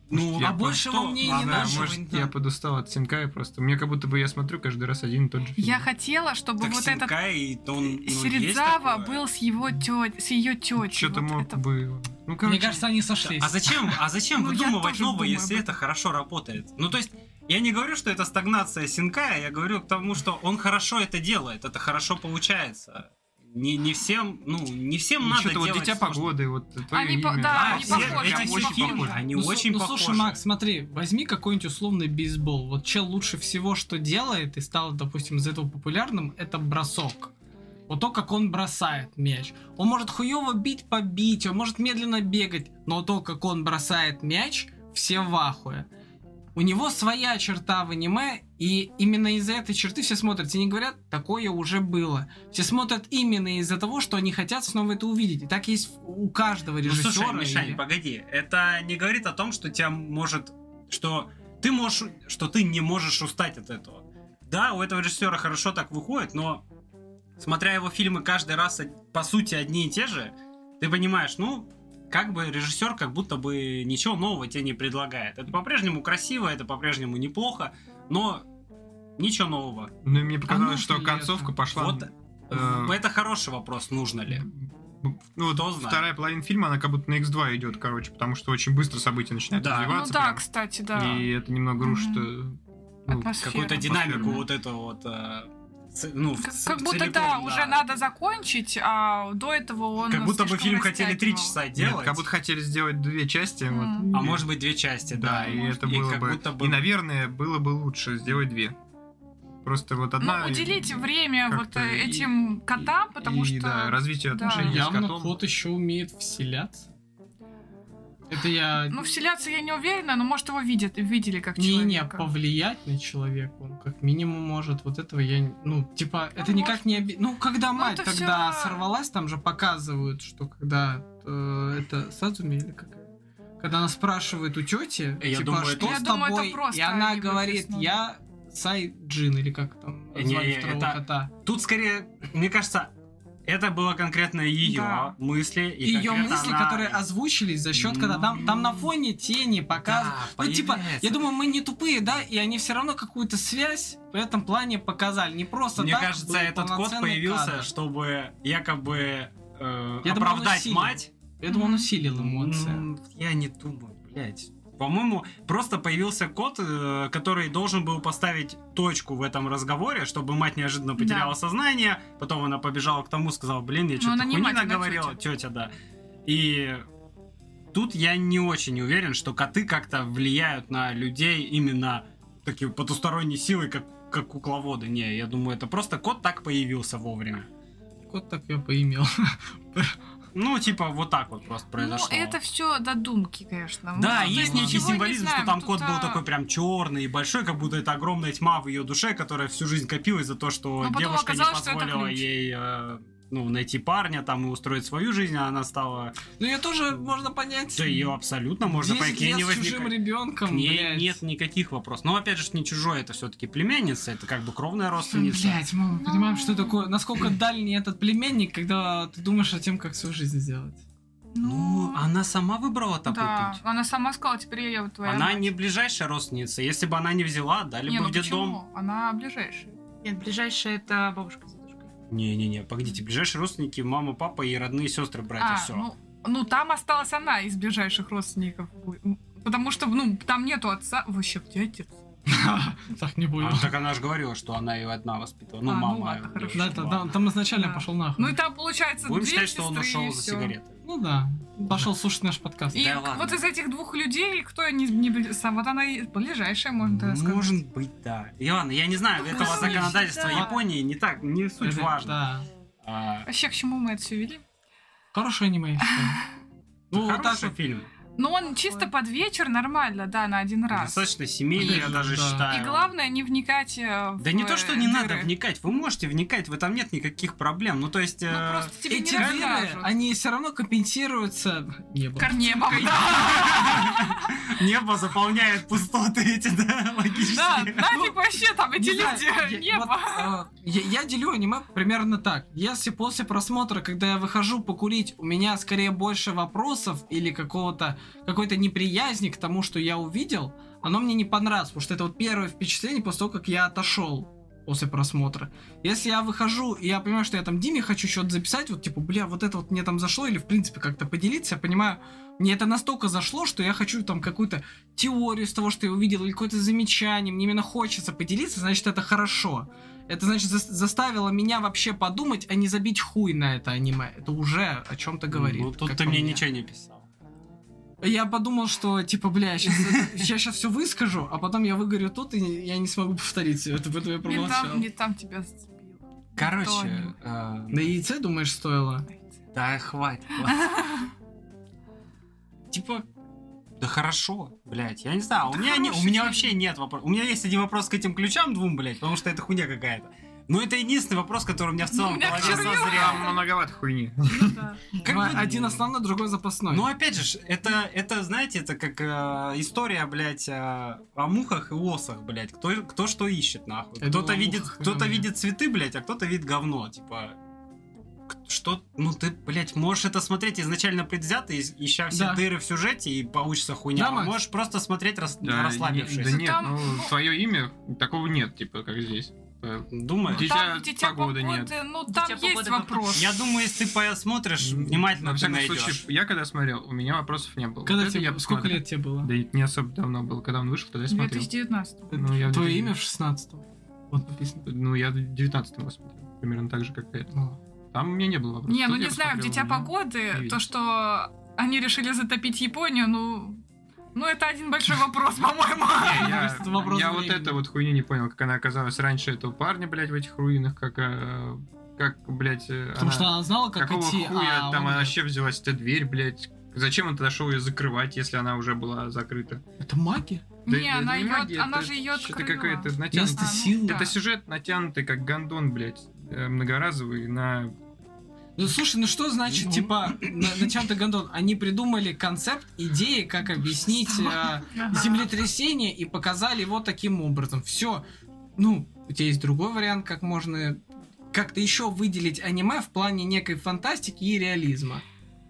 Ну, я большего мне и не Ладно, нашего может, не я надо. подустал от Синкая просто. Мне как будто бы я смотрю каждый раз один и тот же фильм. Я хотела, чтобы так вот этот Синкай, он, ну, есть Середзава такое. был с ее тетей. Что-то мог бы... Ну, короче, Мне кажется, они сошлись. А зачем Ну, я выдумывать тоже новое, думаю если об это хорошо работает? Ну, то есть, я не говорю, что это стагнация Синкая, я говорю к тому, что он хорошо это делает, это хорошо получается. Не всем, не всем надо что-то вот делать «Дитя сложно. погоды», вот твое Они имя. да, они все похожи, прям эти очень фильмы, похожи. они Ну, очень слушай, похожи. Макс, смотри, возьми какой-нибудь условный бейсбол. Вот чел лучше всего, что делает, и стал, допустим, из этого популярным, это бросок. Вот то, как он бросает мяч. Он может хуёво побить, он может медленно бегать, но то, как он бросает мяч, все в ахуе. У него своя черта в аниме, и именно из-за этой черты все смотрят. Все не говорят, такое уже было. Все смотрят именно из-за того, что они хотят снова это увидеть. И так есть у каждого Ну, режиссера. слушай, Мишань, или- погоди, это не говорит о том, что тебя может, что ты не можешь устать от этого. Да, у этого режиссера хорошо так выходит, но смотря его фильмы каждый раз по сути одни и те же, ты понимаешь, как бы режиссер как будто бы ничего нового тебе не предлагает. Это по-прежнему красиво, это по-прежнему неплохо, но ничего нового. Ну, и мне показалось, нужно что ли концовка это? пошла... Вот э, это хороший вопрос, нужно ли. Ну, Кто вот знает. вторая половина фильма, она как будто на X2 идет, короче, потому что очень быстро события начинают Да. Ну развиваться. да, прям. кстати, да. И это немного рушит... Атмосфера. Какую-то динамику атмосферу. вот эту вот... Как будто, да, уже надо закончить, а до этого он Как будто бы слишком фильм хотели 3 растягивал. часа Нет, делать. как будто хотели сделать 2 части. Мгм. Вот. А может быть 2 части, да. Да, и это было как бы... будто бы- И, наверное, было бы лучше сделать 2. Просто вот одна... Ну, уделить время вот как-то этим котам, потому и, что... да, развитие да. отношений с Явно котом. кот еще умеет вселяться. Это я... Ну, вселяться я не уверена, но, может, его видели как Не, человека. повлиять на человека он как минимум может. Вот этого я... Ну, типа, это Ну, никак не... Ну, когда Ну, мать это тогда всё- сорвалась, там же показывают, что когда... это Садзуми или какая? Когда она спрашивает у тети, Я типа, думаю, что это- с Я думаю, это тобой? просто И она они говорит, выплеснули. я Сайджин, или как там Не, звали второго это- кота. Тут скорее, мне кажется, это было конкретно ее Да. мысли. И Ее конкретно мысли, она- которые озвучились за счет, когда там на фоне тени показывают. Да, Ну, типа, появляется. я думаю, мы не тупые, да, и они все равно какую-то связь в этом плане показали. Не просто Мне так кажется, был этот код полноценный появился, кадр. чтобы якобы Я думаю, он оправдать усилил. мать. Я думаю, он усилил эмоции. Я не думаю, блядь. По-моему, просто появился код, который должен был поставить точку в этом разговоре, чтобы мать неожиданно потеряла Да. сознание. Потом она побежала к тому, сказала, блин, я Но что-то она не хуйни мать, она наговорила. Тетя, да. И тут я не очень уверен, что коты как-то влияют на людей именно такие потусторонней силой, как кукловоды. Не, я думаю, это просто кот так появился вовремя. Кот так я поимел. Ну, типа, вот так вот просто Ну, произошло. это все додумки, конечно. Да, Мы тут есть некий ничего не символизм, что знаем. там Тут, кот был такой прям черный и большой, как будто это огромная тьма в ее душе, которая всю жизнь копилась за то, что Но потом девушка не оказалось, что это позволила ключ. ей найти парня там и устроить свою жизнь, а она стала... Ну, ее тоже можно понять. Да ее абсолютно можно 10 понять. К ней лет не с чужим возникает- ребенком, К ней блядь. нет никаких вопросов. Но опять же, не чужой, это все-таки племянница, это как бы кровная родственница. Блять, мы понимаем, что такое, насколько дальний этот племенник, когда ты думаешь о тем, как свою жизнь сделать. Ну, она сама выбрала такой да, путь. она сама сказала, теперь я твоя Она мать. не ближайшая родственница. Если бы она не взяла, дали Не, бы ну в детдом. почему? Она ближайшая. Нет, ближайшая это бабушка с дедушкой. Не-не-не, погодите, ближайшие родственники, мама, папа и родные сестры, братья, все. Ну, там осталась она из ближайших родственников. Потому что, там нету отца. Вообще, где отец? Так, не понял. Так она же говорила, что она ее одна воспитывала. Ну, А, ну мама. ладно, её хорошо. Да, воспитывала. там изначально Да. пошел нахуй. Ну и там, получается, Будем две считать, что он сестры, ушел и за всё. сигареты. Ну да, пошел слушать наш подкаст. И Да ладно. вот из этих двух людей, кто вот она и ближайшая, можно так сказать. Может быть, да. И ладно, я не знаю, этого Может, законодательства да. Японии не суть Это- важно. Да. А, Вообще, к чему мы это все вели? Хорошее аниме, я считаю. Ну, вот так хороший вот. фильм. Но он чисто под вечер нормально, да, на один раз. Достаточно семейный, я И- даже да. считаю. И главное, не вникать в Да не то, что не дыры. надо вникать. Вы можете вникать, в этом нет никаких проблем. Ну, то есть... Ну, просто тебе Эти не дыры, расскажут. они все равно компенсируются Корнебом. Небо заполняет пустоты эти, да, логические. Да, нафиг вообще там эти Не знаю, люди, небо. Я делю аниме примерно так. Если после просмотра, когда я выхожу покурить, у меня скорее больше вопросов или какой-то неприязни к тому, что я увидел, оно мне не понравилось, потому что это вот первое впечатление после того, как я отошел после просмотра. Если я выхожу, и я понимаю, что я там Диме хочу что-то записать, вот типа, бля, вот это вот мне там зашло, или в принципе как-то поделиться, я понимаю, мне это настолько зашло, что я хочу там какую-то теорию из того, что я увидел, или какое-то замечание, мне именно хочется поделиться, значит, это хорошо. Это, значит, заставило меня вообще подумать, а не забить хуй на это аниме. Это уже о чем-то говорит. Ну, тут как ты по мне мне. ничего не писал. Я подумал, что, типа, бля, я сейчас все выскажу, а потом я выгорю тут, и я не смогу повторить все это, поэтому я промолчал. Не там тебя зацепило. Короче, На яйце, думаешь, стоило? да хватит. Типа, да хорошо, блядь, я не знаю, у меня вообще нет вопросов. У меня есть один вопрос к этим ключам двум, блядь, потому что это хуйня какая-то. Но это единственный вопрос, который у меня в целом в голове созрел. Там многовато хуйни. Как бы- Один основной, другой запасной. Ну, опять же, это, знаете, это как история, блядь, о мухах и осах, блядь. Кто что ищет, нахуй. Я Кто-то думал, о видит, мухах и кто-то говне. видит цветы, блядь, а кто-то видит говно. Типа, что, ну ты, блядь, можешь это смотреть изначально предвзято, ища все Да. дыры в сюжете, и получится хуйня. Да, А Макс? можешь просто смотреть Да, расслабившись. да нет, Там, ну, ну- твое имя, такого нет, типа, как здесь. Думаешь? Дитя погоды нет. Ну, там Дитя есть погоды вопрос. Я думаю, если ты посмотришь внимательно, На ты всякий найдешь. случай, я когда смотрел, у меня вопросов не было. Когда Вот это тебе, я сколько посмотрел. лет тебе было? Да и не особо давно было. Когда он вышел, тогда я смотрел. 2019. Ну, я в Твое 2000. имя в 16-м. Вот написано. Ну, я в 19-м его смотрел. Примерно так же, как это. Там у меня не было вопросов. Не, ну Тут не я знаю, в посмотрел, «Дитя у меня погоды», не то, видно. что они решили затопить Японию, ну это один большой вопрос, по-моему. Не, Это вопрос я вот времени. это вот хуйню не понял, как она оказалась раньше этого парня, блядь, в этих руинах, как, блядь, Потому что она знала, как какого идти. хуя а там он- она вообще взялась, эта дверь, блядь. Зачем он тогда шел ее закрывать, если она уже была закрыта? Это магия? Да Не, она это её- она это же ее что-то открыла. какое-то Место натянутое. силы. да. Это сюжет натянутый, как гондон, блядь, многоразовый на... Ну слушай, ну что значит, Ну. типа, натянутый гондон? Они придумали концепт, идеи, как объяснить землетрясение, и показали его таким образом. Все. Ну, у тебя есть другой вариант, как можно как-то еще выделить аниме в плане некой фантастики и реализма.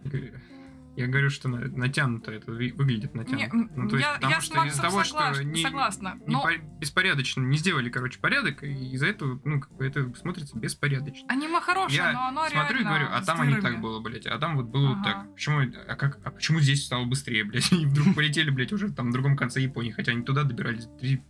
Я говорю, что натянуто, это выглядит натянуто. Не, Ну, то есть, я потому с что Максом из-за того, что согласна. Но беспорядочно, не сделали, короче, порядок, и из-за этого, ну, как бы это смотрится беспорядочно. аниме хорошее, но Я оно смотрю и реально говорю, а с там не дырами. так было, блядь, а там вот было вот Ага. так. Почему здесь стало быстрее, блядь, и вдруг полетели, блядь, уже там в другом конце Японии, хотя они туда добирались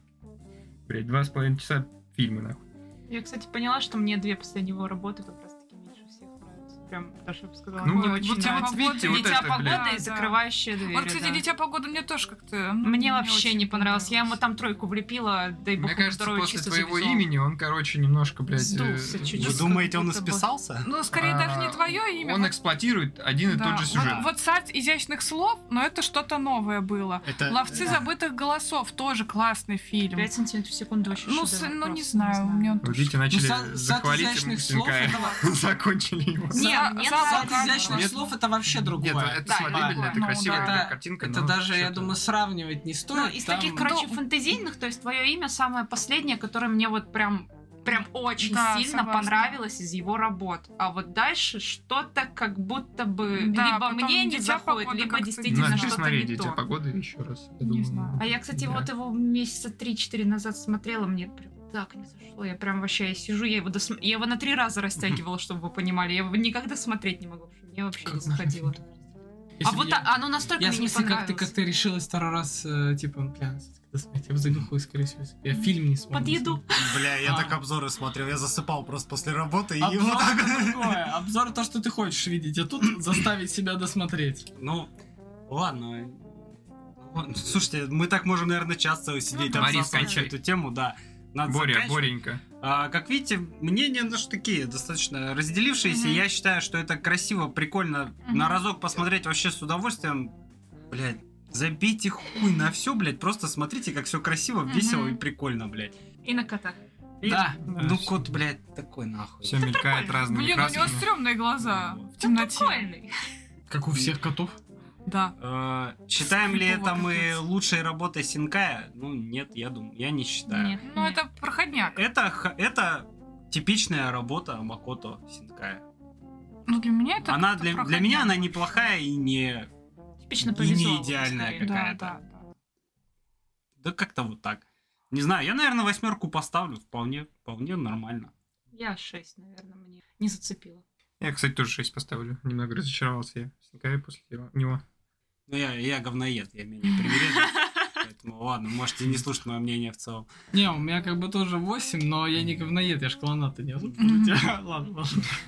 2,5 часа фильмы, нахуй. Я, кстати, поняла, что мне две последние его работы как раз-таки меньше всех нравятся. Прям, даже я бы сказала, Ну, мне вот очень «Дитя нравится. видите, вот «Дитя это, погоды» блядь. и «Закрывающая дверь». Вот, кстати, «Дитя погоды» мне тоже как-то... Мне не вообще очень не понравилось. Я ему понравилось. там тройку влепила, дай бог Мне ему кажется, здоровья, после чисто твоего завезло. имени он, короче, немножко, блядь... Сдулся чуть-чуть. Вы Как думаете, он будто бы. исписался? Ну, скорее, даже не твое имя. Он вот- эксплуатирует один и да, тот же сюжет. Вот «Сад изящных слов», но это что-то новое было. Это... «Ловцы забытых голосов» тоже классный фильм. 5 сантиметров в секунду вообще Ну, шедевр ну не просто, знаю, мне он Вот тоже... видите, начали «Сад захвалить изящных слов» Синкая. Закончили его. Не, За- мне за- нравится. «Сад Ладно, изящных нет. слов» это вообще другое. Нет, это Да, смотрибельно, это- это ну, красивая да. картинка. Это но даже, я что-то- думаю, сравнивать не Ну, стоит. из Там- таких, короче, Ну, фэнтезийных, то есть твое имя самое последнее, которое мне вот прям очень Да, сильно согласна. понравилось из его работ. А вот дальше что-то как будто бы Да, либо потом мне не «Дитя заходит, погоды» либо как-то действительно Надо что-то пересмотреть не «Дитя то. погоды» еще раз. я Не думаю. знаю. А я, кстати, Да. вот его месяца 3-4 назад смотрела, мне прям так не зашло. Я прям вообще я сижу, я его на 3 раза растягивала, чтобы вы понимали. Я его никогда смотреть не могу. Мне вообще Как не можно заходило. фильм-то? А Если вот бы я- оно настолько Я в мне не смысле, понравилось. как ты решилась второй раз, типа, бля, когда смотреть? Я бы забил хуй, скорее всего. если бы Я фильм не смог. Под еду. Бля, я А. так обзоры смотрел, я засыпал просто после работы и Обзор вот так. это другое. Обзор то, что ты хочешь видеть, а тут заставить себя досмотреть. Ну, ладно. Слушайте, мы так можем, наверное, час целый сидеть, Борис, обсасывать кончай. эту тему, да. Надо Боря, заканчивать. Боренька. Как видите, мнения наши такие, достаточно разделившиеся. Мгм. Я считаю, что это красиво, прикольно. Мгм. На разок посмотреть вообще с удовольствием. Блядь, забейте хуй на все, блядь. Просто смотрите, как все красиво, весело Мгм. и прикольно, блядь. И на кота. И- Да. Ну, кот, блядь, такой нахуй. Все мелькает разными Блин, у него красками. стрёмные глаза в темноте. Прикольный. Как у всех котов. Да. Считаем ли Скрипово это мы капец. лучшей работой Синкая? Ну, нет, я не считаю. Нет. Ну, это проходняк. Это типичная работа Макото Синкая. Ну, для меня это Она как-то для проходняк. меня она неплохая и не Типично по и не визуалу, идеальная скорее. какая-то. Да. Да как-то вот так. Не знаю, я, наверное, 8 поставлю. Вполне нормально. Я 6, наверное, мне не зацепила. Я, кстати, тоже 6 поставлю. Немного разочаровался я в Синкае после него. Ну, я говноед, я менее привередный. Поэтому ладно, можете не слушать мое мнение в целом. Не, у меня как бы тоже 8, но я не говноед, я ж клоната не Ладно.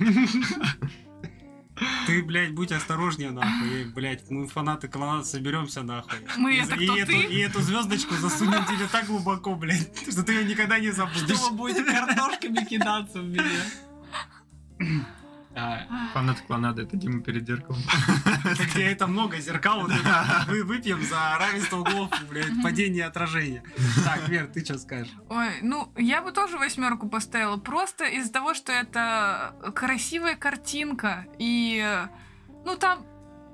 Ты, блядь, будь осторожнее, нахуй. Блядь, мы фанаты клана соберемся, нахуй. Мы И это и кто, эту, ты? и эту звездочку засунем тебе так глубоко, блядь, что ты ее никогда не забудешь. Что вы будете картошками кидаться в меня? Фанат клонады, это Дима перед зеркалом. Где это много зеркал, вот это выпьем за равенство углов, блядь, падение отражения. Так, Вер, ты что скажешь? Ой, ну, я бы тоже 8 поставила. Просто из-за того, что это красивая картинка. И, ну, там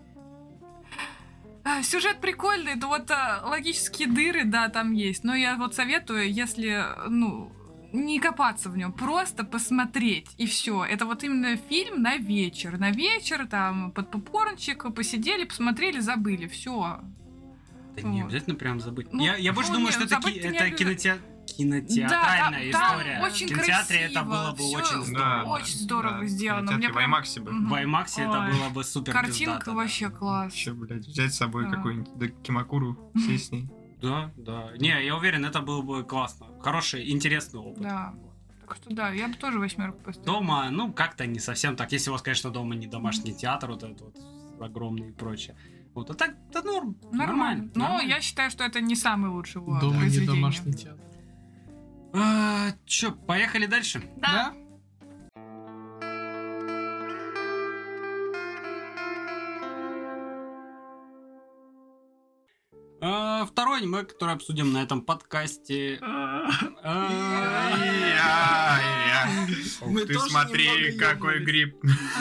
сюжет прикольный, но вот логические дыры, да, там есть. Но я вот советую, если, ну, не копаться в нем, просто посмотреть, и все. Это вот именно фильм на вечер. На вечер, там, под попкорнчик, посидели, посмотрели, забыли, все. Да не Вот. обязательно прям забыть. Ну, Я больше думаю, нет, что это, забыть ты не это обязательно. кинотеатральная Да, там история. очень В кинотеатре это красиво, было бы всё очень здорово. очень здорово сделано. В Мне прям- IMAX бы. Мгм. В IMAX это Ой. было бы супер Картинка пиздато, да. вообще класс. Еще, блядь, взять с собой Да. какую-нибудь да, Кимакуру, сесть с ней. Да. Не, я уверен, это было бы классно. Хороший, интересный опыт. Да. Так что да, я бы тоже 8 поставила. Дома, ну, как-то не совсем так. Если у вас, конечно, дома не домашний театр, вот этот вот огромный и прочее. Вот, а так, да норм. Нормально. Но нормально. я считаю, что это не самый лучший его Дома не произведение. домашний театр. Чё, поехали дальше? Да? Второе аниме, которое обсудим на этом подкасте. Мы Ты тоже смотри, немного какой ёбнулись. гриб.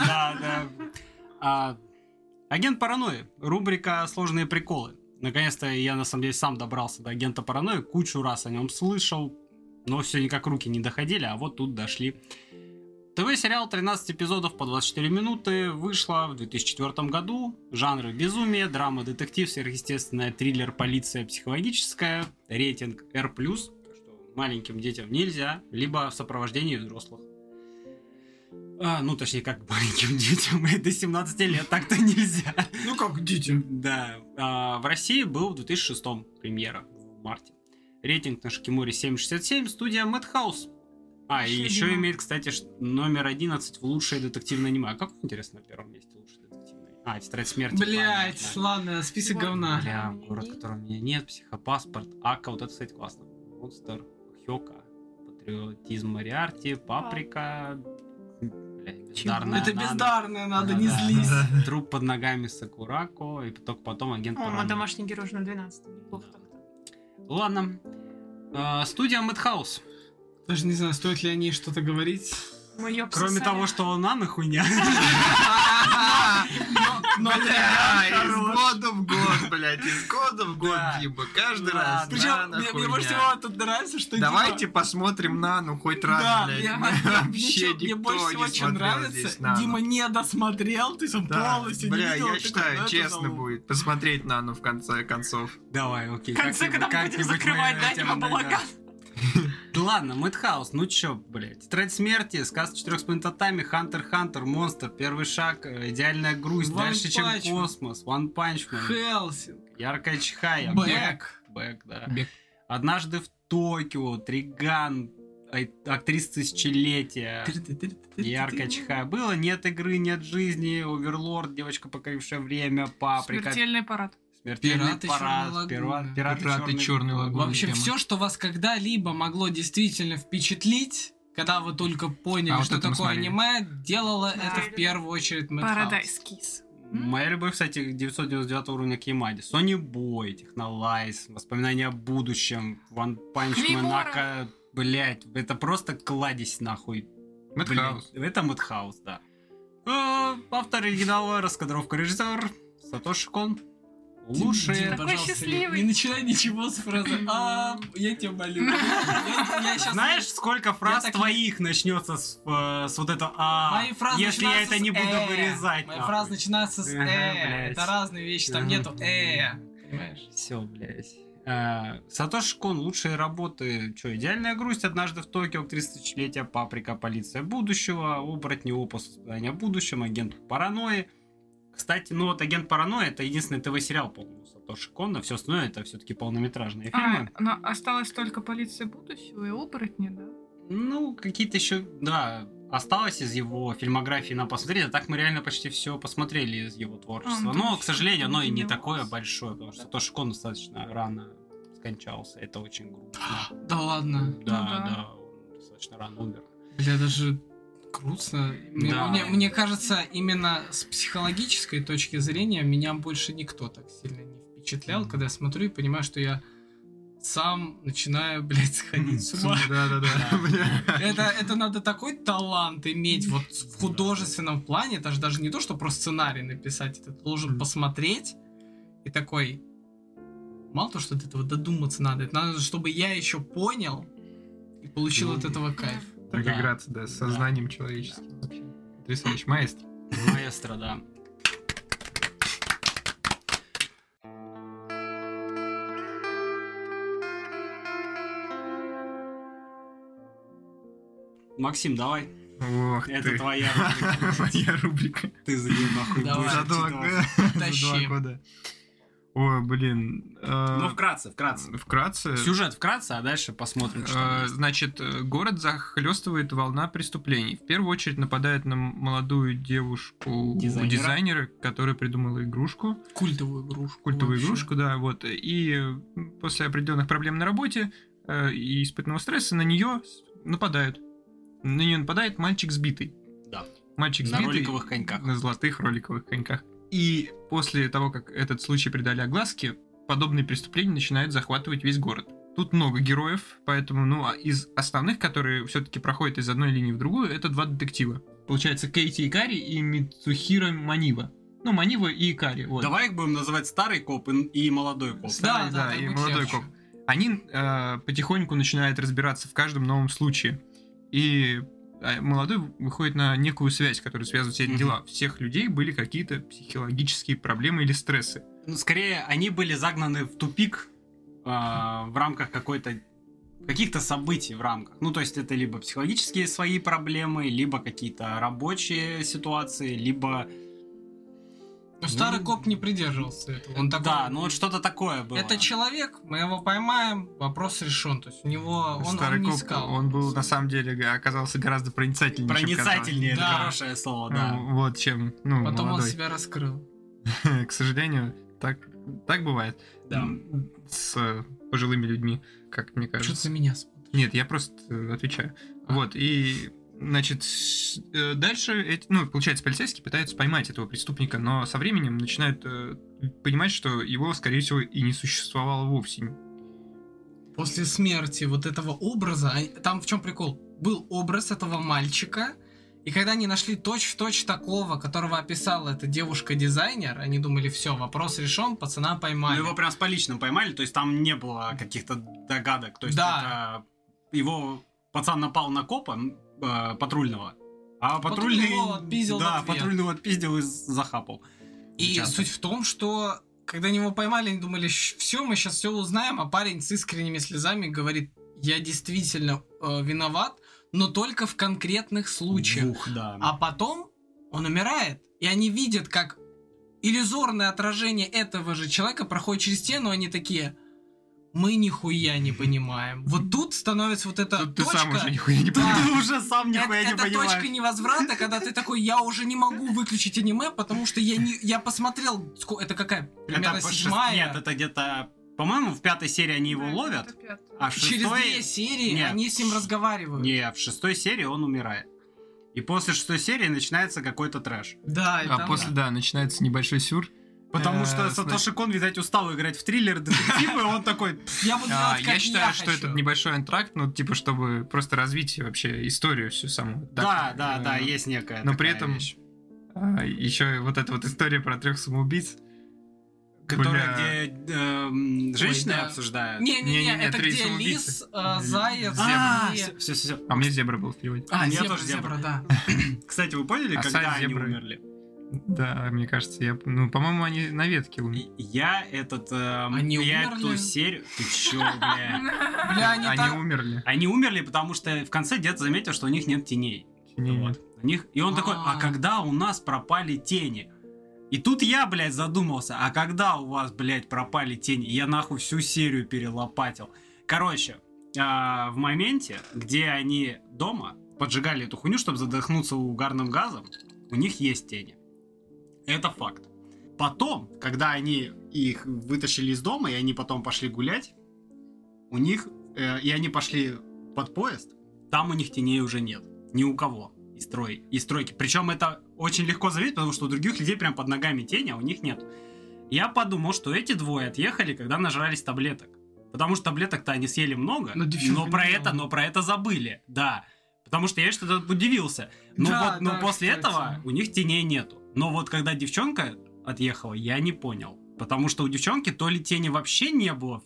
Да. Агент паранойи. Рубрика «Сложные приколы». Наконец-то я, на самом деле, сам добрался до агента паранойи. Кучу раз о нем слышал, но все никак руки не доходили, а вот тут дошли. ТВ-сериал 13 эпизодов по 24 минуты вышло в 2004 году. Жанры безумие, драма, детектив, сверхъестественное, триллер, полиция, психологическая. Рейтинг R+, так что маленьким детям нельзя, либо в сопровождении взрослых. Ну, точнее, как маленьким детям, до 17 лет так-то нельзя. Ну как дети? Да. В России был в 2006 премьера, в марте. Рейтинг на Шикиморе 7,67, студия Madhouse. И еще имеет, кстати, номер 11 в лучшее детективное аниме. А как, интересно, на первом месте лучшее детективное? Тетрадь смерти. Блять, понятно. ладно, список Вот. говна. Бля, город, которого у меня нет, психопаспорт, Ака, вот это, кстати, классно. Монстр, Хёка, Патриотизм Мариарти, Паприка, блядь, бездарная Это Нана, бездарное, надо, Да, не да. злись. Труп под ногами Сакурако, и только потом агент О, паранойи. домашний герой уже на 12-м. Неплохо так-то. Ладно. Студия Madhouse. Даже не знаю, стоит ли о ней что-то говорить. Мы её Кроме обсосали. того, что она нахуйня. Но Бля, из хорош. года в год, блядь, из года в год, Да. Дима, каждый Ладно. раз. Причем Нана мне больше хуйня. всего тут нравится, что Давайте посмотрим Нану хоть раз, Да, блядь. мне Вообще больше никто всего не что смотрел нравится, здесь Нану. Дима не досмотрел, то есть он Да, полностью не бля, видел. я такой, считаю, это честно залуп. будет посмотреть Нану в конце концов. Давай, окей. В конце, когда мы будем закрывать, да, Дима Балаган. Да ладно, Madhouse, ну чё, блядь. Тетрадь смерти, сказ 4,5 татами, Хантер Хантер, Монстр, Первый шаг, Идеальная грусть, One Дальше, чем Punch Man. космос, One Punch Man, Хелсинг. Яркая чихая, Бэк. Бэк, да. Бэк. Однажды в Токио, Триган, актриса тысячелетия, Яркая чихая. Было, нет игры, нет жизни, Оверлорд, девочка, покорившая время, Паприка, Смертельный парад. Смертельный Пираты парад, Чёрной лагуны. Пираты Чёрной лагуны. Вообще тема. все, что вас когда-либо могло действительно впечатлить, когда вы только поняли, вот что это мы такое смотрели. аниме, делало Да. это в первую очередь Madhouse. Paradise Kiss. Моя любовь, кстати, 999 уровня Кеймади. Сони Бой, Технолайз, Воспоминания о будущем, One Punch Man, Климора. Ака, блять, это просто кладезь нахуй. Madhouse. Блядь, это Madhouse, да. Автор оригинала, раскадровка, режиссер Сатоши Кон. Лучшие... Дим, Такой пожалуйста, счастливый. не начинай ничего с фразы я тебя молю. Я щас- Знаешь, сколько фраз так- твоих начнется с вот это Мои фразы если я начинаются это не с буду «э». вырезать. Мои фразы начинаются с Ага, блядь. Это разные вещи, там Ага. нету понимаешь? Все, блядь. Сатоши Кон, лучшие работы. Че, идеальная грусть, однажды в Токио, к 30-летия, Паприка, Полиция будущего, Оборотни, Опус, Воспоминания о будущем, Агент Паранойи. Кстати, ну вот Агент Паранойи это единственный ТВ-сериал, по-моему, Сатоши Кона. Все остальное это все-таки полнометражные фильмы. Но осталась только полиция будущего и оборотни, да? Ну, какие-то еще, да, осталось из его фильмографии нам посмотреть, а так мы реально почти все посмотрели из его творчества. ну, Но, там к сожалению, оно и не ещё такое Миллион. большое, потому что Сатоши Кон достаточно рано скончался. Это очень грустно. Да ладно. Да, да. да, он достаточно рано умер. Бля, даже грустно. Да. Мне кажется, именно с психологической точки зрения меня больше никто так сильно не впечатлял, когда я смотрю и понимаю, что я сам начинаю, блядь, сходить с ума. Да-да-да. Это надо такой талант иметь вот в художественном плане. Это же даже не то, что про сценарий написать. Это ты должен посмотреть и такой... Мало того, что до этого додуматься надо. Это надо, чтобы я еще понял и получил от этого кайф. Так Да. играться, да, с сознанием человеческим вообще. Потрясающе. Маэстро. Маэстро, да. Максим, давай. Ох Это ты. твоя рубрика. Моя рубрика. Ты за нее нахуй Давай. будешь За два отчитываться. года. Тащи. За 2 года. Ой, блин. Ну, вкратце. Вкратце. Сюжет вкратце, а дальше посмотрим, что там есть. Значит, город захлестывает волна преступлений. В первую очередь нападает на молодую девушку дизайнера, которая придумала игрушку. Культовую игрушку. Культовую вообще. игрушку, да, вот. И после определенных проблем на работе и испытанного стресса на нее нападают. На нее нападает мальчик сбитый. Да. Мальчик На сбитый. роликовых коньках. На золотых роликовых коньках. И после того, как этот случай придали огласке, подобные преступления начинают захватывать весь город. Тут много героев, поэтому, ну, а из основных, которые все-таки проходят из одной линии в другую, это 2 детектива. Получается, Кейти Икари и Мицухиро Манива. Ну, Манива и Икари, вот. Давай их будем называть старый коп и молодой коп. Старый, да, так и будет молодой легче. коп. Они потихоньку начинают разбираться в каждом новом случае. И молодой выходит на некую связь, которая связывает все эти Мгм. дела. Всех людей были какие-то психологические проблемы или стрессы. Ну, скорее, они были загнаны в тупик в рамках каких-то событий в рамках. Ну, то есть это либо психологические свои проблемы, либо какие-то рабочие ситуации, либо... Но старый коп не придерживался этого. Он такой, Да, ну вот что-то такое было. это человек, мы его поймаем, вопрос решен. То есть у него он Старый не коп, искал. он был на самом деле оказался гораздо проницательнее. чем Проницательнее, это Да. хорошее слово, казалось. да. Вот чем, ну, Потом он молодой. себя раскрыл. К сожалению, так бывает. Да. С пожилыми людьми, как мне Что ты кажется. на меня смотришь? Нет, я просто отвечаю. Вот, и, значит, дальше, получается, полицейские пытаются поймать этого преступника, но со временем начинают понимать, что его, скорее всего, и не существовало вовсе. После смерти вот этого образа, там в чем прикол? Был образ этого мальчика, и когда они нашли точь-в-точь такого, которого описала эта девушка-дизайнер, они думали, все, вопрос решен, пацана Ну, поймали. его прям с поличным поймали, то есть там не было каких-то догадок. То есть Да. это его пацан напал на копа патрульного, а патрульный... Патрульный его отпиздил в Да, ответ. патрульный его отпиздил и захапал. И Часто. суть в том, что когда они его поймали, они думали, все, мы сейчас все узнаем, а парень с искренними слезами говорит, я действительно виноват, но только в конкретных случаях. Двух, да. А потом он умирает, и они видят, как иллюзорное отражение этого же человека проходит через стену, они такие, мы нихуя не понимаем. Вот тут становится вот эта Тут ты точка... сам уже нихуя не Да. понимаешь. Ты уже сам нихуя не это понимаешь. точка невозврата, когда ты такой, я уже не могу выключить аниме, потому что я посмотрел, это какая? Примерно Это 7-я? Нет, это где-то... По-моему, в 5-й серии они его ловят, а в 6-й... Через 2 серии Нет. они с ним разговаривают. Не, в 6-й серии он умирает. И после 6-й серии начинается какой-то трэш. Да, и А там- после, да, начинается небольшой сюр. Потому что Сатоши Кон, видать, устал играть в триллер, детективы, и он такой... Я буду делать, как Я считаю, что хочу. этот небольшой антракт, ну, типа, чтобы просто развить вообще историю всю саму. Да, Так, да, да, есть некая но такая при этом вещь. еще вот эта вот история про 3 самоубийц. Которая, где женщины да. обсуждают. Не-не-не, Не-не-не, это три где самоубийцы. лис, заяц, Все. А мне зебра был в переводе. Я зебра, тоже зебра, да. Кстати, вы поняли, А когда Сай они зебры. умерли? Да, мне кажется, по-моему, они на ветке умерли. Я Они я умерли? эту серию... Ты чё, бля? Бля, Они умерли. Они умерли, потому что в конце дед заметил, что у них нет теней. Нет. У них... И он такой, а когда у нас пропали тени? И тут я, блядь, задумался, а когда у вас, блядь, пропали тени? И я нахуй всю серию перелопатил. Короче, в моменте, где они дома поджигали эту хуйню, чтобы задохнуться угарным газом, у них есть тени. Это факт. Потом, когда они их вытащили из дома, и они потом пошли гулять, у них... и они пошли под поезд, там у них теней уже нет. Ни у кого из стройки. Причем это очень легко заметить, потому что у других людей прям под ногами тени, а у них нет. Я подумал, что эти двое отъехали, когда нажрались таблеток. Потому что таблеток-то они съели много, но про это забыли. Да. Потому что я что-то удивился. Но после этого у них теней нету. Но вот когда девчонка отъехала, я не понял. Потому что у девчонки то ли тени вообще не было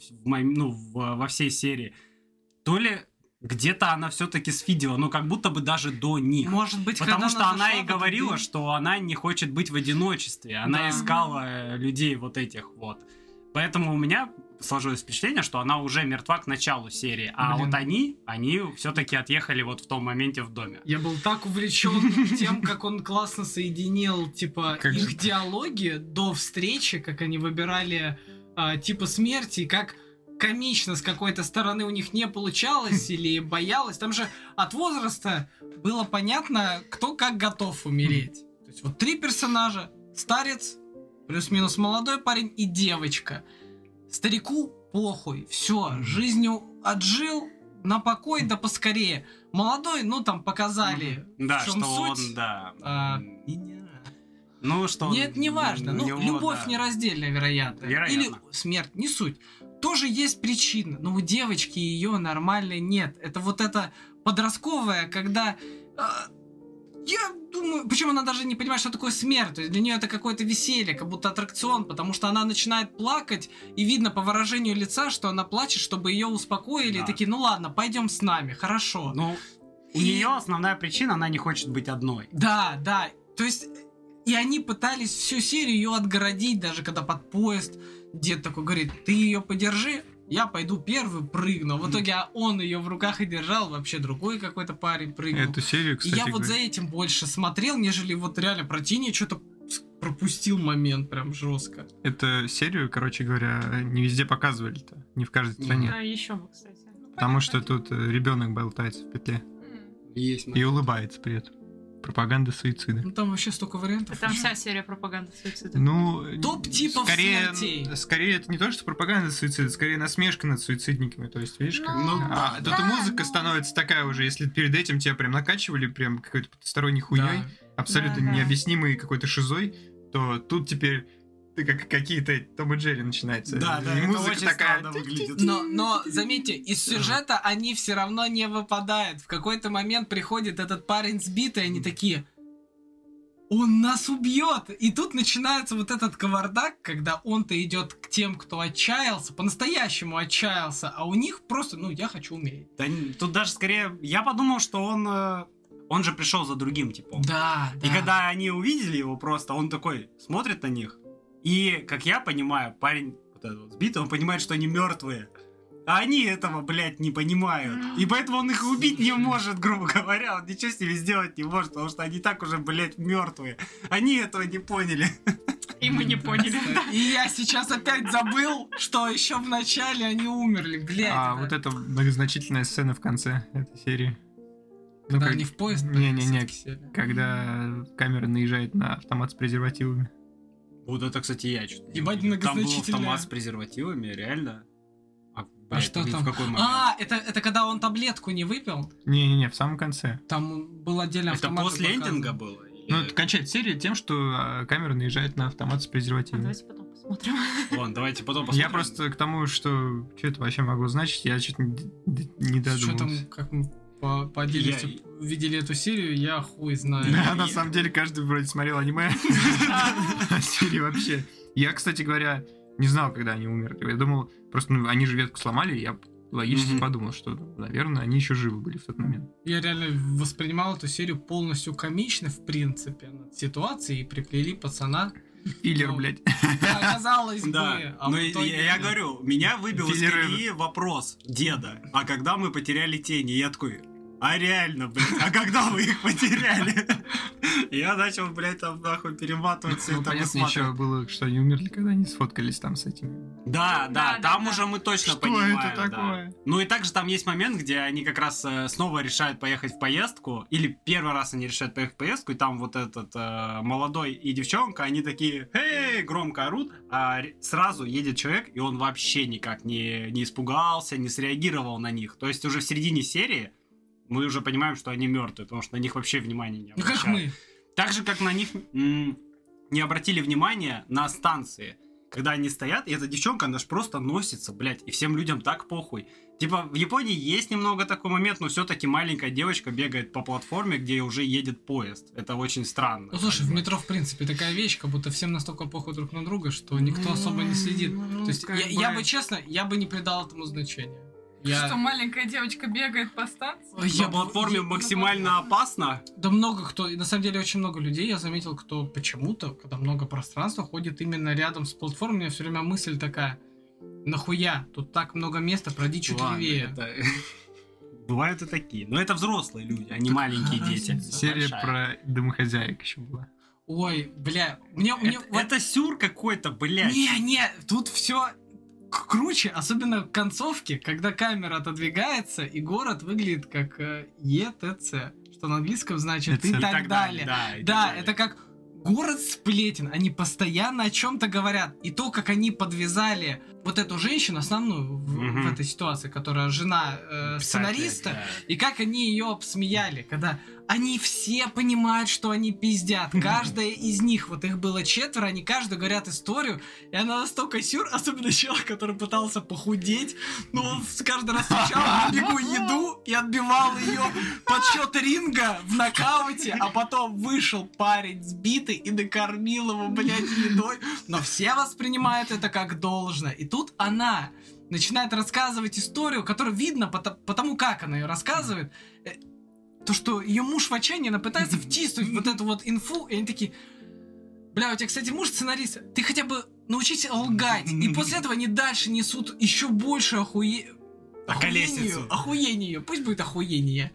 во всей серии, то ли где-то она все-таки сфидела, но как будто бы даже до них. Может быть, потому что она зашла и в этот говорила, дым. что она не хочет быть в одиночестве. Она Да. искала людей вот этих вот. Поэтому у меня сложилось впечатление, что она уже мертва к началу серии. А Блин. вот они все-таки отъехали вот в том моменте в доме. Я был так увлечен тем, как он классно соединил, типа, Как их же- диалоги до встречи, как они выбирали типа смерти, как комично с какой-то стороны у них не получалось или боялось. Там же от возраста было понятно, кто как готов умереть. То есть вот 3 персонажа: старец, плюс-минус молодой парень и девочка. Старику похуй, все, жизнью отжил, на покой, да поскорее. Молодой, ну там показали, Да, в чем что суть. он, да. Меня. Ну, что он- Нет, не важно. у Ну, него, любовь да. нераздельная, вероятно. Вероятно. Или смерть, не суть. Тоже есть причина. Но у девочки ее нормальной нет. Это вот это подростковое, когда... я думаю... Причем она даже не понимает, что такое смерть. То есть для нее это какое-то веселье, как будто аттракцион, потому что она начинает плакать, и видно по выражению лица, что она плачет, чтобы ее успокоили. Да. И такие, ну ладно, пойдем с нами, хорошо. Ну, у И- нее основная причина, она не хочет быть одной. Да, да. То есть, и они пытались всю серию ее отгородить, даже когда под поезд. Дед такой говорит, ты ее подержи, я пойду первый прыгну. В итоге он ее в руках и держал, вообще другой какой-то парень прыгнул. Эту серию, И кстати, я вот говоря, за этим больше смотрел, нежели вот реально про Тини что-то пропустил момент прям жестко. эту серию, короче говоря, не везде показывали-то, не в каждой стране. Да, еще бы, кстати. Потому что тут ребенок болтается в петле Есть. и улыбается при этом. Пропаганда суицида. Ну там вообще столько вариантов. Там вся серия пропаганды суицида. Ну, Топ типов смертей. скорее это не то, что пропаганда суицида, скорее насмешка над суицидниками. То есть, видишь, как... Ну, А тут и музыка становится такая уже, если перед этим тебя прям накачивали прям какой-то потусторонней хуйней, абсолютно Да, да. необъяснимой какой-то шизой, то тут теперь ты как какие-то Том и Джерри начинается. Да, да, и это музыка очень такая. странно выглядит. Но заметьте, из сюжета они все равно не выпадают. В какой-то момент приходит этот парень сбитый, и они такие: он нас убьет! И тут начинается вот этот кавардак, когда он-то идет к тем, кто отчаялся, по-настоящему отчаялся, а у них просто, ну, я хочу умереть. Да, тут даже скорее... Я подумал, что он же пришел за другим типом. Да, И когда они увидели его просто, он такой смотрит на них. И, как я понимаю, парень вот этот вот сбитый, он понимает, что они мертвые. А они этого, блядь, не понимают. И поэтому он их убить не может, грубо говоря. Он ничего с ними сделать не может, потому что они так уже, блядь, мертвые. Они этого не поняли. И мы не поняли. И я сейчас опять забыл, что еще в начале они умерли, блядь. А вот эта многозначительная сцена в конце этой серии. Когда как- они в поезд Не-не-не, всё-таки сели. когда камера наезжает на автомат с презервативами. Вот это, кстати, я что-то... Ебать, Там был многозначительное. автомат с презервативами, реально. Блядь, что в там? какой момент? А, это когда он таблетку не выпил? Не-не-не, в самом конце. Там был отдельно Это автомат. после показан. эндинга было? Или- Ну, это кончается серия тем, что камера наезжает на автомат с презервативами. Давайте потом посмотрим. Ладно, давайте потом посмотрим. Я просто к тому, что это вообще могло значить, я что-то не Что там, додумался. как мы по отдельности видели эту серию, я хуй знаю. Да, на самом деле каждый вроде смотрел аниме. А серии вообще. Я, кстати говоря, не знал, когда они умерли. Я думал, просто они же ветку сломали, и я логически подумал, что, наверное, они еще живы были в тот момент. Я реально воспринимал эту серию полностью комично, в принципе, над ситуацией, и приплели пацана. Филлер, блядь. Казалось бы. Да, А в но итоге- я говорю, меня выбил из Филлеры. колеи вопрос деда. А когда мы потеряли тени? Я такой, а реально, блядь, а когда вы их потеряли? Я начал, блядь, там нахуй перематывать все Ну, это, понятно, еще высматривать. было, что они умерли, когда они сфоткались там с этими. Да, Да, там да. уже мы точно Что понимаем. это да. такое? Ну и также там есть момент, где они как раз снова решают поехать в поездку, или первый раз они решают поехать в поездку, и там вот этот молодой и девчонка, они такие, эй, громко орут, а сразу едет человек, и он вообще никак не испугался, не среагировал на них. То есть уже в середине серии мы уже понимаем, что они мертвые, потому что на них вообще внимания не Ну обращают. как мы? Так же, как на них не обратили внимания на станции. Когда они стоят, и эта девчонка, она ж просто носится, блядь, и всем людям так похуй. Типа, в Японии есть немного такой момент, но все-таки маленькая девочка бегает по платформе, где уже едет поезд. Это очень странно. Ну слушай, как в бы. метро, в принципе, такая вещь, как будто всем настолько похуй друг на друга, что никто особо не следит. То есть, я бы, честно, я бы не придал этому значения. Что маленькая девочка бегает по станции? На платформе максимально опасно. Да много кто, и на самом деле очень много людей, я заметил, кто почему-то, когда много пространства, ходит именно рядом с платформой, у меня все время мысль такая, нахуя, тут так много места, пройди чуть Ладно, левее. это- Бывают и такие. Но это взрослые люди, а не маленькие дети. разница? Серия Большая. про домохозяек еще была. Ой, бля, мне Это, вот- это сюр какой-то, блядь. Не, тут все круче, особенно в концовке, когда камера отодвигается, и город выглядит как ЕТЦ, что на английском значит и так далее. Да, и так Да, далее. это как город сплетен, они постоянно о чем-то говорят. И то, как они подвязали вот эту женщину, основную Мгм. в этой ситуации, которая жена Писатель, сценариста, да. и как они ее обсмеяли, когда они все понимают, что они пиздят. Каждая из них, вот их было 4, они каждый говорят историю, и она настолько сюр, особенно человек, который пытался похудеть, но он каждый раз встречал на бегу еду и отбивал ее под счет ринга в нокауте, а потом вышел парень сбитый и накормил его, блядь, едой. Но все воспринимают это как должное. И тут она начинает рассказывать историю, которую видно потому, как она ее рассказывает, то, что ее муж в отчаянии, она пытается втиснуть вот эту вот инфу, и они такие, бля, у тебя, кстати, муж сценарист, ты хотя бы научись лгать. И после этого они дальше несут еще больше Околесицу. охуение. Пусть будет охуение.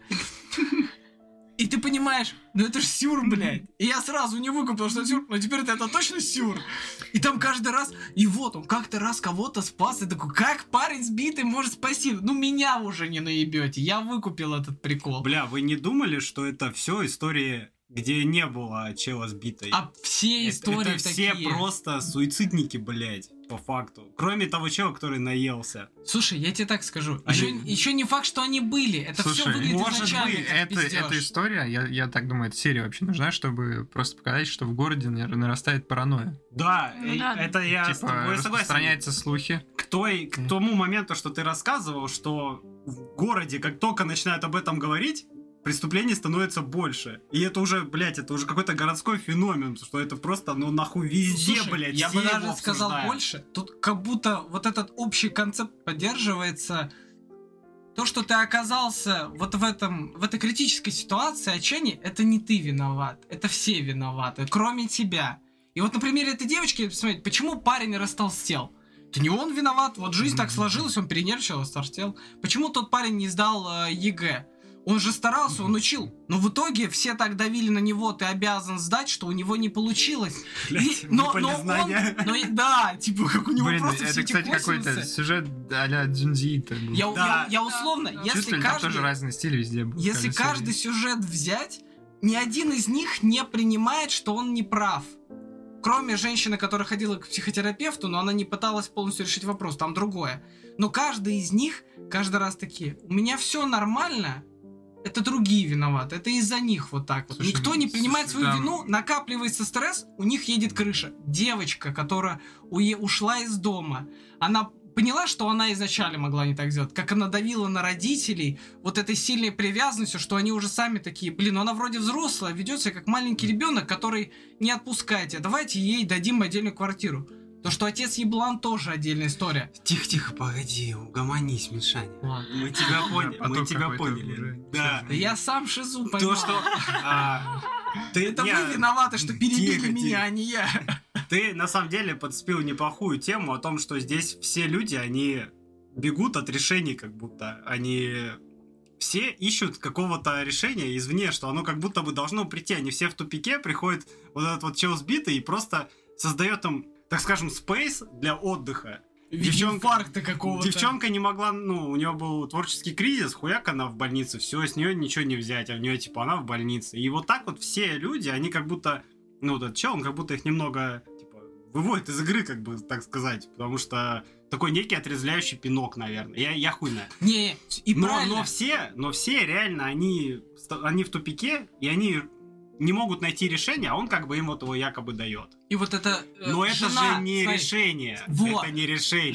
И ты понимаешь, ну это ж сюр, блядь. И я сразу не выкупил, что сюр, но теперь это точно сюр. И там каждый раз, и вот он как-то раз кого-то спас, и такой, как парень сбитый может спасти? Ну меня уже не наебете, я выкупил этот прикол. Бля, вы не думали, что это все истории, где не было чела сбитой? А все истории это все такие. просто суицидники, блядь, по факту. Кроме того чела, который наелся. Слушай, я тебе так скажу, Они- еще не факт, что они были. Это все Слушай, выглядит может изначально быть, как пиздёж. Эта история, я так думаю, эта серия вообще нужна, чтобы просто показать, что в городе, наверное, нарастает паранойя. Да, Ну да. это я с Типа, тобой согласен. распространяются слухи. К тому моменту, что ты рассказывал, что в городе, как только начинают об этом говорить, преступлений становится больше. И это уже, блядь, это уже какой-то городской феномен, что это просто, ну, нахуй везде, Слушай, блядь, я все бы даже его сказал обсуждают. больше. Тут как будто вот этот общий концепт поддерживается. То, что ты оказался вот в этой критической ситуации отчаяния, это не ты виноват. Это все виноваты, кроме тебя. И вот на примере этой девочки, посмотрите, почему парень растолстел? Это не он виноват, вот жизнь так сложилась, он перенервничал, растолстел. Почему тот парень не сдал ЕГЭ? Он же старался, он учил. Но в итоге все так давили на него, ты обязан сдать, что у него не получилось. Блядь, Но выпали он, знания. да, типа, как у него Блин, просто это, все эти кстати, какой-то косинусы. сюжет а-ля Дзюнзиита. Да. Я условно, Да. если Чувствовали, там каждый, тоже разный стиль везде был. в если каждой каждый серии. сюжет взять, ни один из них не принимает, что он не прав. Кроме женщины, которая ходила к психотерапевту, но она не пыталась полностью решить вопрос, там другое. Но каждый из них каждый раз такие, у меня все нормально, это другие виноваты, это из-за них вот так вот. Слушай, Никто не принимает слушай, свою да. вину, накапливается стресс, у них едет крыша. Девочка, которая ушла из дома, она поняла, что она изначально могла не так сделать, как она давила на родителей вот этой сильной привязанностью, что они уже сами такие, блин, ну она вроде взрослая, ведет себя как маленький ребенок, который не отпускайте, давайте ей дадим отдельную квартиру. То, что отец еблан, тоже отдельная история. Тихо, погоди, угомонись, Мишаня. Мы тебя поняли. Да. Да я сам шизу поймал. То, что... Это вы виноваты, что перебили меня, а не я. Ты, на самом деле, подцепил неплохую тему о том, что здесь все люди, они бегут от решений, как будто. Они все ищут какого-то решения извне, что оно как будто бы должно прийти. Они все в тупике, приходит вот этот вот чел сбитый и просто создает им, так скажем, спейс для отдыха. Инфаркта какого-то. Девчонка не могла, у нее был творческий кризис, хуяк она в больнице, все, с нее ничего не взять, а у нее, типа, она в больнице. И вот так вот все люди, они как будто, вот этот чел, он как будто их немного, типа, выводит из игры, как бы, так сказать, потому что такой некий отрезвляющий пинок, наверное. Я хуй знаю. Не, и правильно. Но все реально, они в тупике, и они не могут найти решение, а он как бы им вот его якобы дает. И вот это но это жена, же не решение. Вот, это не решение.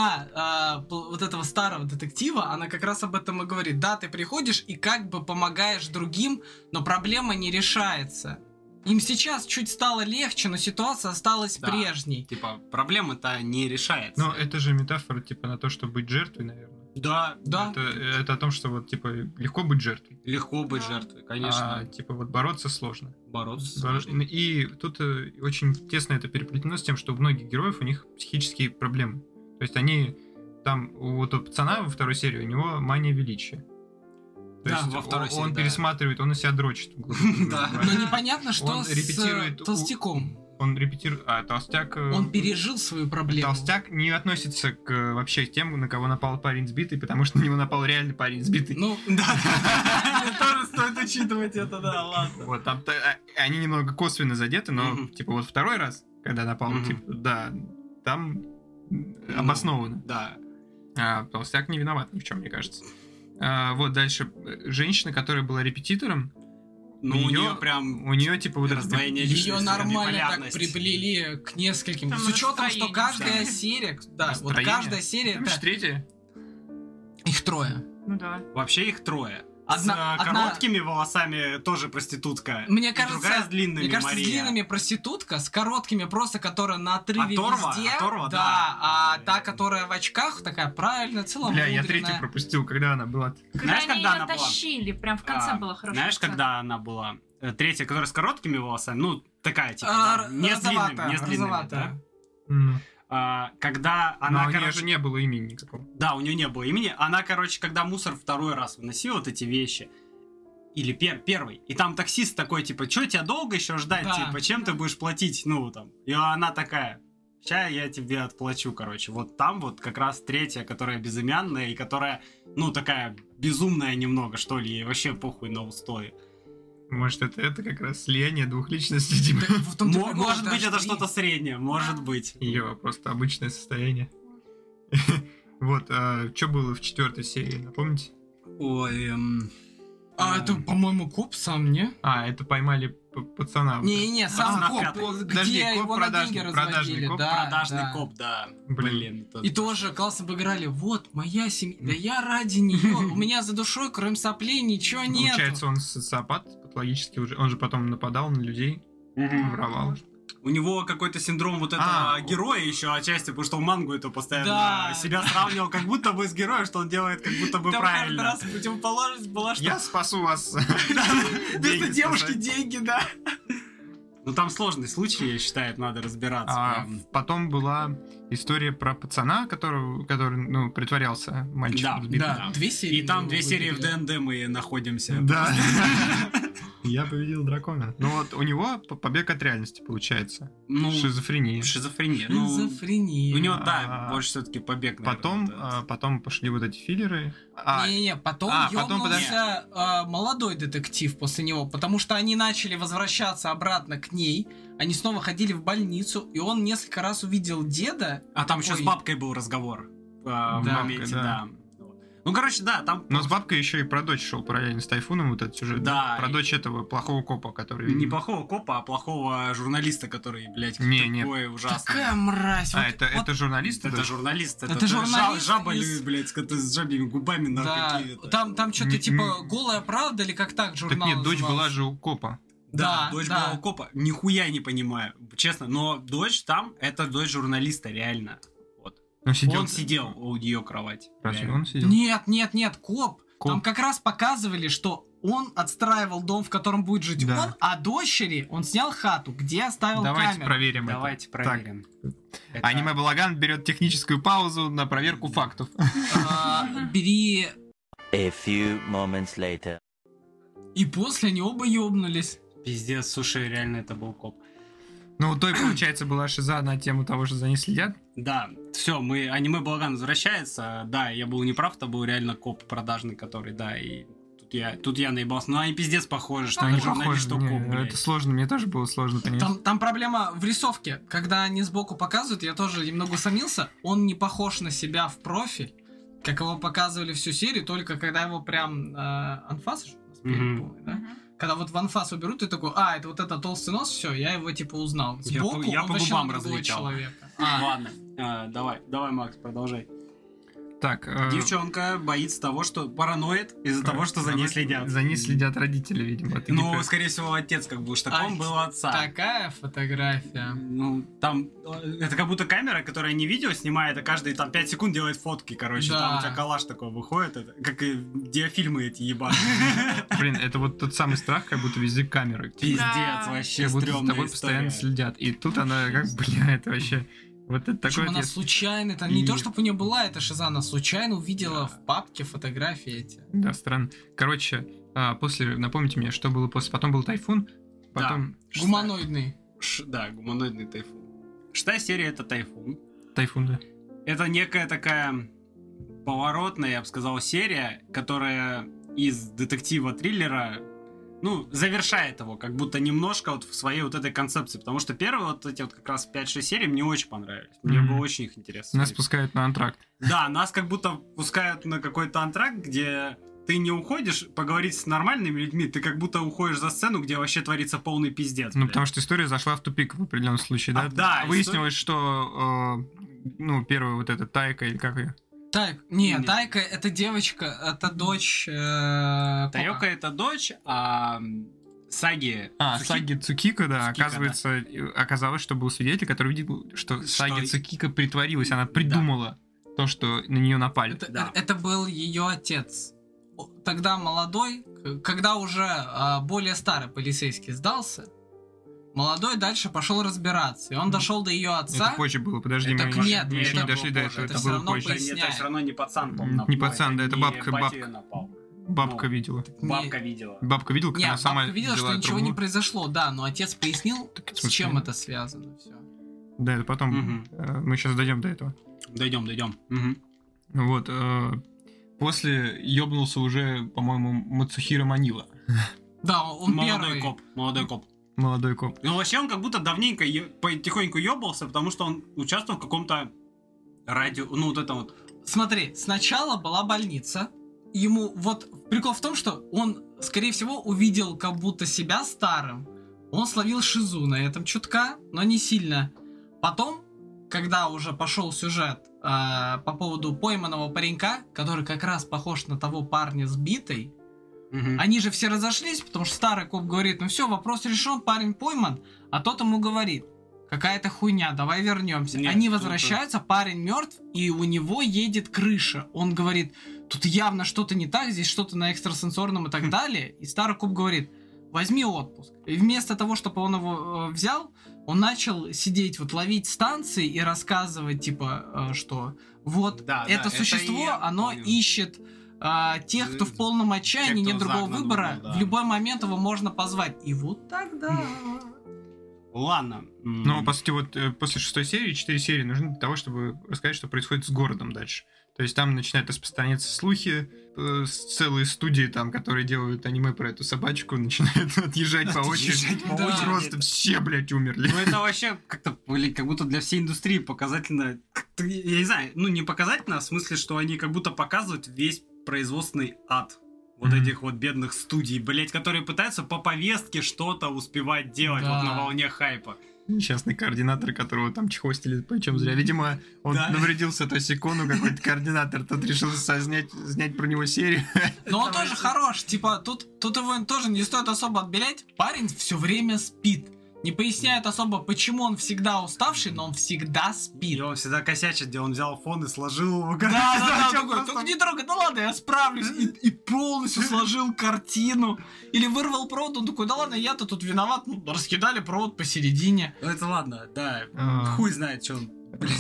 Жена вот этого старого детектива, она как раз об этом и говорит. Да, ты приходишь и как бы помогаешь другим, но проблема не решается. Им сейчас чуть стало легче, но ситуация осталась прежней. Типа, проблема-то не решается. Но это же метафора, типа, на то, чтобы быть жертвой, наверное. Да. Это о том, что вот, типа, легко быть жертвой. Легко быть жертвой, конечно. А, типа, вот бороться сложно. Бороться сложно. И тут очень тесно это переплетено с тем, что у многих героев у них психические проблемы. То есть они там, у этого пацана во второй серии, у него мания величия. То есть во второй серии, он пересматривает, он на себя дрочит. Да. Но непонятно, что с толстяком. Он репетирует... толстяк... Он пережил свою проблему. Толстяк не относится к вообще к тем, на кого напал парень сбитый, потому что на него напал реальный парень сбитый. Ну, да. Тоже стоит учитывать это, да, ладно. Вот, там они немного косвенно задеты, но, типа, вот второй раз, когда напал, типа, да, там обоснованно. Да. Толстяк не виноват ни в чем, мне кажется. Вот дальше. Женщина, которая была репетитором, у нее типа вот раздвоение личности. Ее нормально так приплели к нескольким. Там с учетом, что каждая серия, вот каждая серия. Это третья. Их трое. Ну да. Вообще их трое. Одна короткими волосами тоже проститутка. Мне кажется, другая с длинными, мне кажется, Мария. с длинными проститутка, с короткими просто, которая на отрыве везде. Оторва, да. А та, которая в очках, такая правильно, целомудренная. Бля, я третью пропустил, когда она была. Знаешь, когда она тащили, прям в конце было хорошо. Знаешь, когда она была? Третья, которая с короткими волосами, такая, типа, не с длинными, да? Когда она, но у нее же не было имени никакого. Да, у нее не было имени. Она, когда мусор второй раз выносила вот эти вещи, или первый, и там таксист такой, типа, что тебя долго еще ждать, типа, чем ты будешь платить, там. И она такая, сейчас я тебе отплачу, короче. Вот там вот как раз третья, которая безымянная, и которая, такая безумная немного, что ли, ей вообще похуй на устои. Может, это как раз слияние двух личностей, типа. Может быть, это что-то среднее, может быть. Ее просто обычное состояние. Вот, что было в 4-й серии, напомните? Ой, это, по-моему, коп сам, не? Это поймали пацана. Не, сам коп, где его на деньги разводили. Продажный коп, да. Блин. И тоже классно бы играли. Вот, моя семья, да я ради нее, у меня за душой, кроме соплей, ничего нет. Получается, он социопат, патологически уже. Он же потом нападал на людей, воровал. У него какой-то синдром вот этого героя еще отчасти, потому что в мангу это постоянно себя сравнивал как будто бы с героем, что он делает как будто бы правильно. Там каждый раз противоположность была, что... Я спасу вас. Вместо девушки деньги, да. Там сложный случай, я считаю, надо разбираться. Потом была история про пацана, который притворялся мальчиком. Да, 2 серии. И там 2 серии в ДНД мы находимся. Да. Я победил дракона. Вот у него побег от реальности получается. Шизофрения. Шизофрения. У него, больше все-таки побег. Потом пошли вот эти филлеры. Потом ёбнулся молодой детектив после него, потому что они начали возвращаться обратно к ней. Они снова ходили в больницу, и он несколько раз увидел деда. Там еще с бабкой был разговор в моменте, да. Там... Но с бабкой еще и про дочь шел параллельно с Тайфуном вот этот сюжет. Да. Про дочь этого плохого копа, который... Не плохого копа, а плохого журналиста, который, блядь, такой ужасный. Такая мразь. Это журналист? Это журналист. Это журналист. Жаба, блядь, с жабьими губами на какие-то. Там что-то типа «Голая правда» или как так журнал Так нет, дочь назывался? была же у копа. Да, Да, дочь да. была у копа. Нихуя не понимаю, честно. Но дочь там, это дочь журналиста, реально. Вот. Он сидел. Он сидел у ее кровати. Разве реально. он сидел? Нет, коп. Коп. Там как раз показывали, что он отстраивал дом, в котором будет жить Да. он, а дочери он снял хату, где оставил Давайте камеру. проверим Давайте это. проверим. Так, Аниме Балаган берет техническую паузу на проверку фактов. Бери... A few moments later. И после они оба ёбнулись. Пиздец, слушай, реально это был коп. Ну, у той, получается, была шиза на тему того, что за ней следят. Да, все, аниме Балаган возвращается. Да, я был неправ, это был реально коп продажный, который, да, и тут я наебался. Но они пиздец похожи, что Но они они журналист, похожи. что Не, коп, блядь. это сложно, мне тоже было сложно понять. Там проблема в рисовке. Когда они сбоку показывают, я тоже немного усомнился. Он не похож на себя в профиль, как его показывали всю серию, только когда его прям анфас, Мгм. да? Когда вот в анфас уберут, ты такой, это вот это толстый нос, все, я его типа узнал. Я Сбоку я он по вообще губам другого различал. человека. Ладно, давай, Макс, продолжай. Так, Девчонка боится того, что параноид из-за того, что за ней следят. За ней следят родители, видимо. Ты не Ну, прав. скорее всего, отец как бы штаком был отца. Такая фотография. Ну, там, это как будто камера, которая не видео снимает, а каждые там 5 секунд делает фотки, короче. Да. Там у тебя коллаж такой выходит, это, как и диафильмы эти ебаные. Блин, это вот тот самый страх, как будто везде камеры. Пиздец, Да. вообще Как будто за стрёмная тобой постоянно история. следят. И тут она как, бля, это вообще... Вот это Причем такое... она вот случайно, это не И- то, чтобы у нее была эта шиза, она случайно увидела в папке фотографии эти. Да, странно. Короче, после... Напомните мне, что было после... Потом был Тайфун, потом... Гуманоидный. Да, гуманоидный тайфун. 6-я серия — это тайфун. Тайфун, да. Это некая такая поворотная, я бы сказал, серия, которая из детектива-триллера, ну, завершает его, как будто немножко вот в своей вот этой концепции, потому что первые вот эти вот как раз 5-6 серий мне очень понравились. Мне Мгм. было очень их интересно. Нас пускают на антракт. Да, нас как будто пускают на какой-то антракт, где ты не уходишь поговорить с нормальными людьми, ты как будто уходишь за сцену, где вообще творится полный пиздец. Ну, блядь. потому что история зашла в тупик в определенном случае, да? Да, Выяснилось, что, первая вот эта Тайка, или как ее? Нет. Тайка это девочка, это дочь... Тайока — это дочь, а Саги... Саги Цукико, да, Цукико, оказывается, оказалось, что был свидетель, который видел, что Саги Что- Цукико притворилась, она придумала то, что на нее напали. Да. Это был ее отец. Тогда молодой, когда уже более старый полицейский сдался, молодой дальше пошел разбираться. И он дошел до ее отца. Это позже было, подожди, Это мы нет, еще это не дошли до было этого, позже. это Это всё было равно позже. поясняет. Это все равно не пацан, Не пацан, да, это бабка, батя бабка. её напал. Бабка Ну, видела. Бабка видела. Бабка видела, как Нет, она сама бабка видела, что взяла ничего не трубу. произошло, да, но отец пояснил, Так, в с смысле? чем это связано. Все. Да, это потом. Мгм. Мы сейчас дойдем до этого. Дойдем. Мгм. Вот. После ёбнулся уже, по-моему, Мацухиро Манила. Да, он Молодой первый. коп. Молодой коп. Ну, вообще, он как будто давненько потихоньку ебался, потому что он участвовал в каком-то радио, ну, вот это вот. Смотри, сначала была больница. Ему вот прикол в том, что он, скорее всего, увидел как будто себя старым. Он словил шизу на этом чутка, но не сильно. Потом, когда уже пошел сюжет по поводу пойманного паренька, который как раз похож на того парня с битой, Мгм. они же все разошлись, потому что старый коп говорит, ну все, вопрос решен, парень пойман, а тот ему говорит, какая-то хуйня, давай вернемся. Нет, Они тут- возвращаются, парень мертв, и у него едет крыша. Он говорит, тут явно что-то не так, здесь что-то на экстрасенсорном и так далее. И старый коп говорит, возьми отпуск. И вместо того, чтобы он его взял, он начал сидеть, вот ловить станции и рассказывать, типа, что вот Да, это это существо, я оно понял. ищет тех, кто в полном отчаянии, Те, нет кто другого загнан выбора, был, да. в любой момент его можно позвать. И вот тогда... Ладно. Но, по сути, вот после 6 серии, 4 серии нужны для того, чтобы рассказать, что происходит с городом дальше. То есть там начинают распространяться слухи, целые студии там, которые делают аниме про эту собачку, начинают отъезжать по очереди. по Да. очереди. Просто все, блядь, умерли. Ну, это вообще как-то, блин, как будто для всей индустрии показательно. Как-то, я не знаю, ну, не показательно, а в смысле, что они как будто показывают весь производственный ад вот Мгм. этих вот бедных студий, блять, которые пытаются по повестке что-то успевать делать Да. вот на волне хайпа. Несчастный координатор, которого там чехвостили, почем зря. Видимо, он Да. навредился Тосикону, какой-то координатор. Тот решил снять про него серию. Но он тоже хорош, типа, тут его тоже не стоит особо отбелять. Парень все время спит. Не поясняют особо, почему он всегда уставший, но он всегда И спит. он всегда косячит, где он взял фон и сложил его. Да, Зачем такой, просто- только не трогай, да ладно, я справлюсь. И полностью сложил картину. Или вырвал провод, он такой, да ладно, я-то тут виноват. Ну, раскидали провод посередине. Ну, это ладно, да. А. Хуй знает, что он.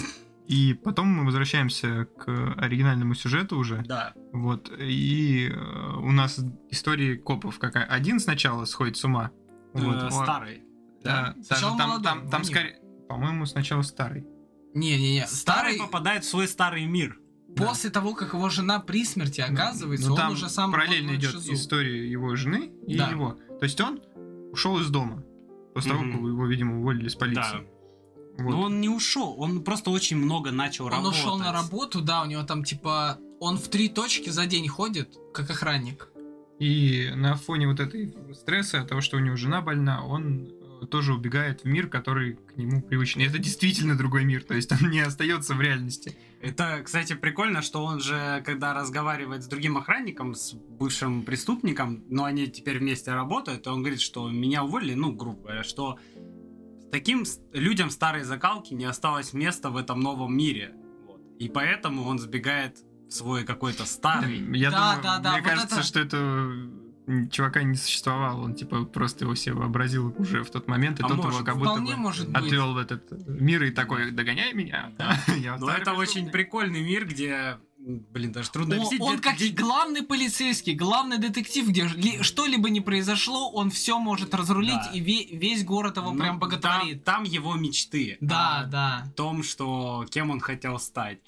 И потом мы возвращаемся к оригинальному сюжету уже. Да. Вот. И у нас истории копов какая. Один сначала сходит с ума. Вот. Старый. Да. Сначала Даже молодой, там ванил. скорее... По-моему, сначала старый. Не-не-не, Старый старый, попадает в свой старый мир. после того, как его жена при смерти оказывается, Ну, он там уже сам... параллельно он идет шизу. история его жены и Да. его. То есть он ушел из дома. После того, Мгм. как его, видимо, уволили с полиции. Да. Вот. Но он не ушел, он просто очень много начал Он работать. ушел на работу, да, у него там типа... Он в 3 точки за день ходит, как охранник. И на фоне вот этой стресса, того, что у него жена больна, он тоже убегает в мир, который к нему привычен. И это действительно другой мир, то есть он не остается в реальности. Это, кстати, прикольно, что он же, когда разговаривает с другим охранником, с бывшим преступником, но они теперь вместе работают, и он говорит, что меня уволили, ну, грубо говоря, что таким людям старой закалки не осталось места в этом новом мире. Вот. И поэтому он сбегает в свой какой-то старый. Я Да, думаю, да, да, мне вот кажется, это- что это чувака не существовало, он типа просто его себе вообразил уже в тот момент, и А тот его может, как будто Вполне бы может быть. отвел в этот мир и такой, догоняй меня. Я Но старый это очень преступник». прикольный мир, где, блин, даже трудно объяснить. Он где- как где- главный полицейский, главный детектив, где что-либо не произошло, он все может разрулить, Да. и весь город его Ну, прям боготворит. Там его мечты. Да, о да. том, что кем он хотел стать.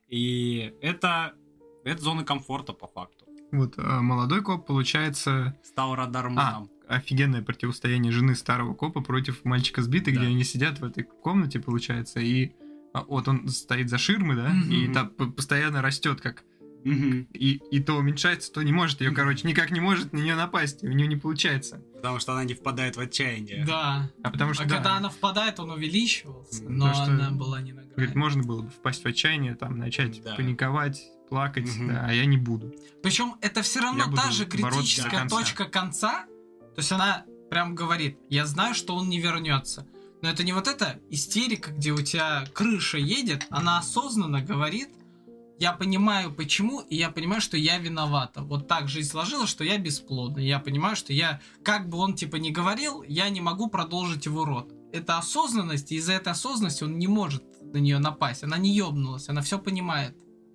И это зона комфорта по факту. Вот, а молодой коп, получается, Стал радарманом. офигенное противостояние жены старого копа против мальчика сбитый, Да. где они сидят в этой комнате, получается, и вот он стоит за ширмой, да, Мгм. и там постоянно растет, как Мгм. и то уменьшается, то не может ее, короче, никак не может на нее напасть, и у нее не получается. Потому что она не впадает в отчаяние. Да. А потому что, А да, когда она впадает, он увеличивался, Потому но что, она была не на говорит, грани. можно было бы впасть в отчаяние, там, начать Да. паниковать, плакать, Мгм. да, а я не буду. Причем это все Я равно буду та же бороться до критическая конца. точка конца. То есть она прям говорит, я знаю, что он не вернется. Но это не вот эта истерика, где у тебя крыша едет. Она осознанно говорит, я понимаю почему, и я понимаю, что я виновата. Вот так жизнь сложилась, что я бесплодна. Я понимаю, что я, как бы он типа не говорил, я не могу продолжить его род. Это осознанность, и из-за этой осознанности он не может на нее напасть. Она не ёбнулась, она все понимает.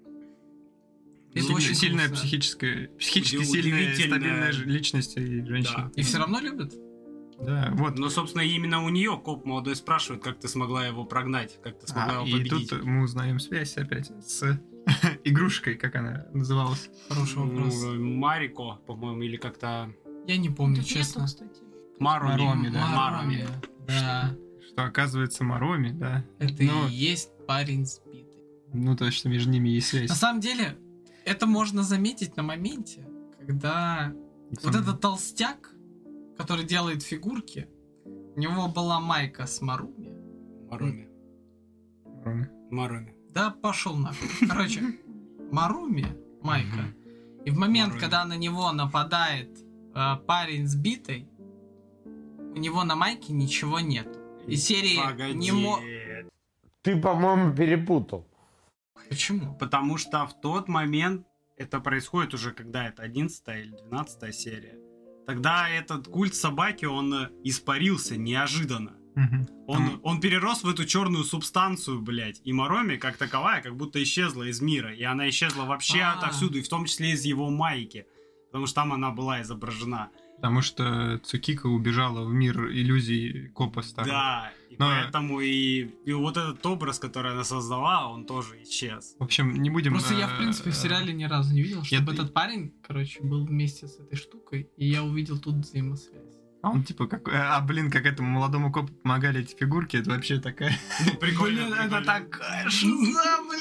Это очень Сильная грустно. психически сильная, Удивительная. стабильная личность и женщина. И все равно любит. Да, вот. Ну, собственно, именно у нее коп молодой спрашивает, как ты смогла его прогнать, как ты смогла его И победить. тут мы узнаем связь опять с игрушкой, как она называлась. Хороший вопрос. Ну, Марико, по-моему, или как-то Я не помню, Тут честно. нету, кстати. Маруми. Мароми, да. Мароми. Да. Что оказывается Мароми, да. Это Ну, и есть парень сбитый. ну то, что между ними есть связь. На самом деле, это можно заметить на моменте, когда вот этот толстяк, который делает фигурки, у него была майка с Маруми. Маруми. Мароми. Маруми. Да пошел нахуй. Короче, Маруми майка. Мгм. И в момент, Маруми. когда на него нападает парень сбитый, у него на майке ничего нет. И серии Погоди. не мо... Ты, по-моему, перепутал. Почему? Потому что в тот момент это происходит уже, когда это 11 или 12 серия. Тогда этот культ собаки, он испарился неожиданно. Мгм. Он перерос в эту черную субстанцию, блядь. И Мароми, как таковая, как будто исчезла из мира. И она исчезла вообще А. отовсюду, и в том числе из его майки. Потому что там она была изображена. Потому что Цукика убежала в мир иллюзий копа старого. Да, и Но- поэтому и вот этот образ, который она создала, он тоже исчез. В общем, не будем... Просто я, в принципе, в сериале ни разу не видел, чтобы я- этот парень, короче, был вместе с этой штукой, и я увидел тут взаимосвязь. А он типа как... блин, как этому молодому копу помогали эти фигурки, это вообще такая... Прикольно. Блин, это такая шиза, блин.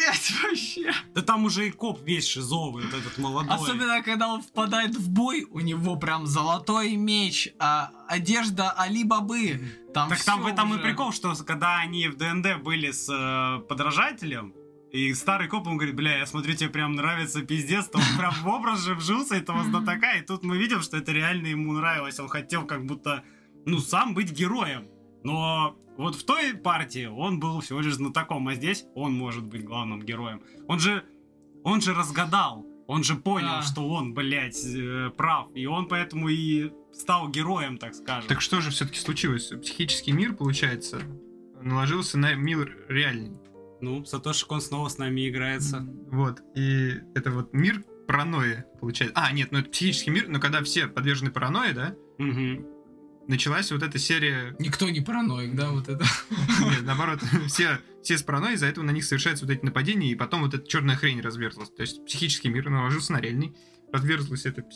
блядь, вообще. Да там уже и коп весь шизовый, вот этот молодой. Особенно, когда он впадает в бой, у него прям золотой меч, одежда Али-Бабы. Там Так там в всё этом и уже. прикол, что когда они в ДНД были с подражателем, и старый коп, он говорит, бля, я смотрю, тебе прям нравится пиздец, то он прям в образ же вжился этого знатока, и тут мы видим, что это реально ему нравилось, он хотел как будто, ну, сам быть героем, но вот в той партии он был всего лишь знатоком, а здесь он может быть главным героем. Он же разгадал, он же понял, Да. что он, блядь, прав, и он поэтому и стал героем, так скажем. Так что же все-таки случилось? Психический мир, получается, наложился на мир реальный. Ну, Сатоши Кон снова с нами играется. Вот. И это вот мир паранойи, получается. Нет, это психический мир, но когда все подвержены паранойи, да, Мгм. началась вот эта серия... Никто не параноик, да, вот это. Нет, наоборот, все с паранойей, из-за этого на них совершаются вот эти нападения, и потом вот эта черная хрень разверзлась. То есть психический мир наложился на реальный, разверзлась эта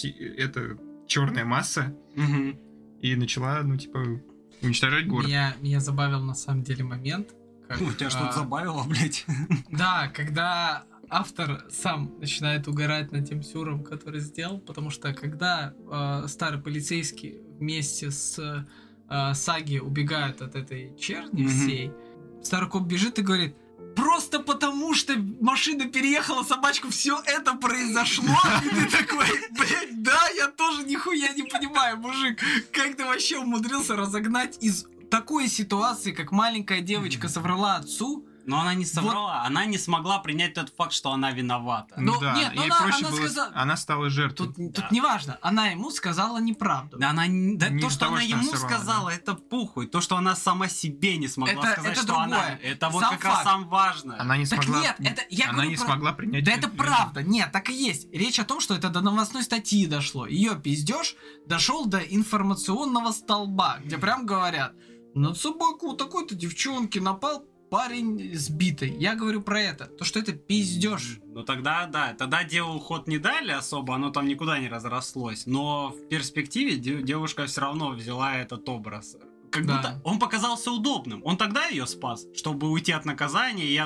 черная масса, Мгм. и начала, уничтожать город. Меня забавил на самом деле момент. Как, Тебя что-то забавило, блядь? Да, когда автор сам начинает угорать над тем сюром, который сделал, потому что когда старый полицейский вместе с Саги убегают от этой черни всей, старый коп бежит и говорит: просто потому, что машина переехала собачку, все это произошло. И ты такой, блядь, да, я тоже нихуя не понимаю, мужик, как ты вообще умудрился разогнать из такой ситуации, как маленькая девочка соврала отцу. Но она не соврала, она не смогла принять тот факт, что она виновата. Ну, да, нет, ну ей она- проще она было... сказала- Она стала жертвой. Тут неважно, она ему сказала неправду. Да она Не то, из что того, она что она ему соврала, сказала, это похуй. То, что она сама себе не смогла Это- сказать, это что она. другое. Это вот Сам как раз факт. самое важное. Она не Так смогла... нет, это я Она говорю не про- смогла принять... Да это эту- правда, нет, так и есть. Речь о том, что это до новостной статьи дошло. Ее пиздеж дошел до информационного столба, где прям говорят: на собаку у такой-то девчонки напал парень сбитый. Я говорю про это. То, что это пиздеж. Ну тогда, да, тогда делу ход не дали особо, оно там никуда не разрослось. Но в перспективе девушка все равно взяла этот образ. Как Да. будто он показался удобным. Он тогда ее спас, чтобы уйти от наказания и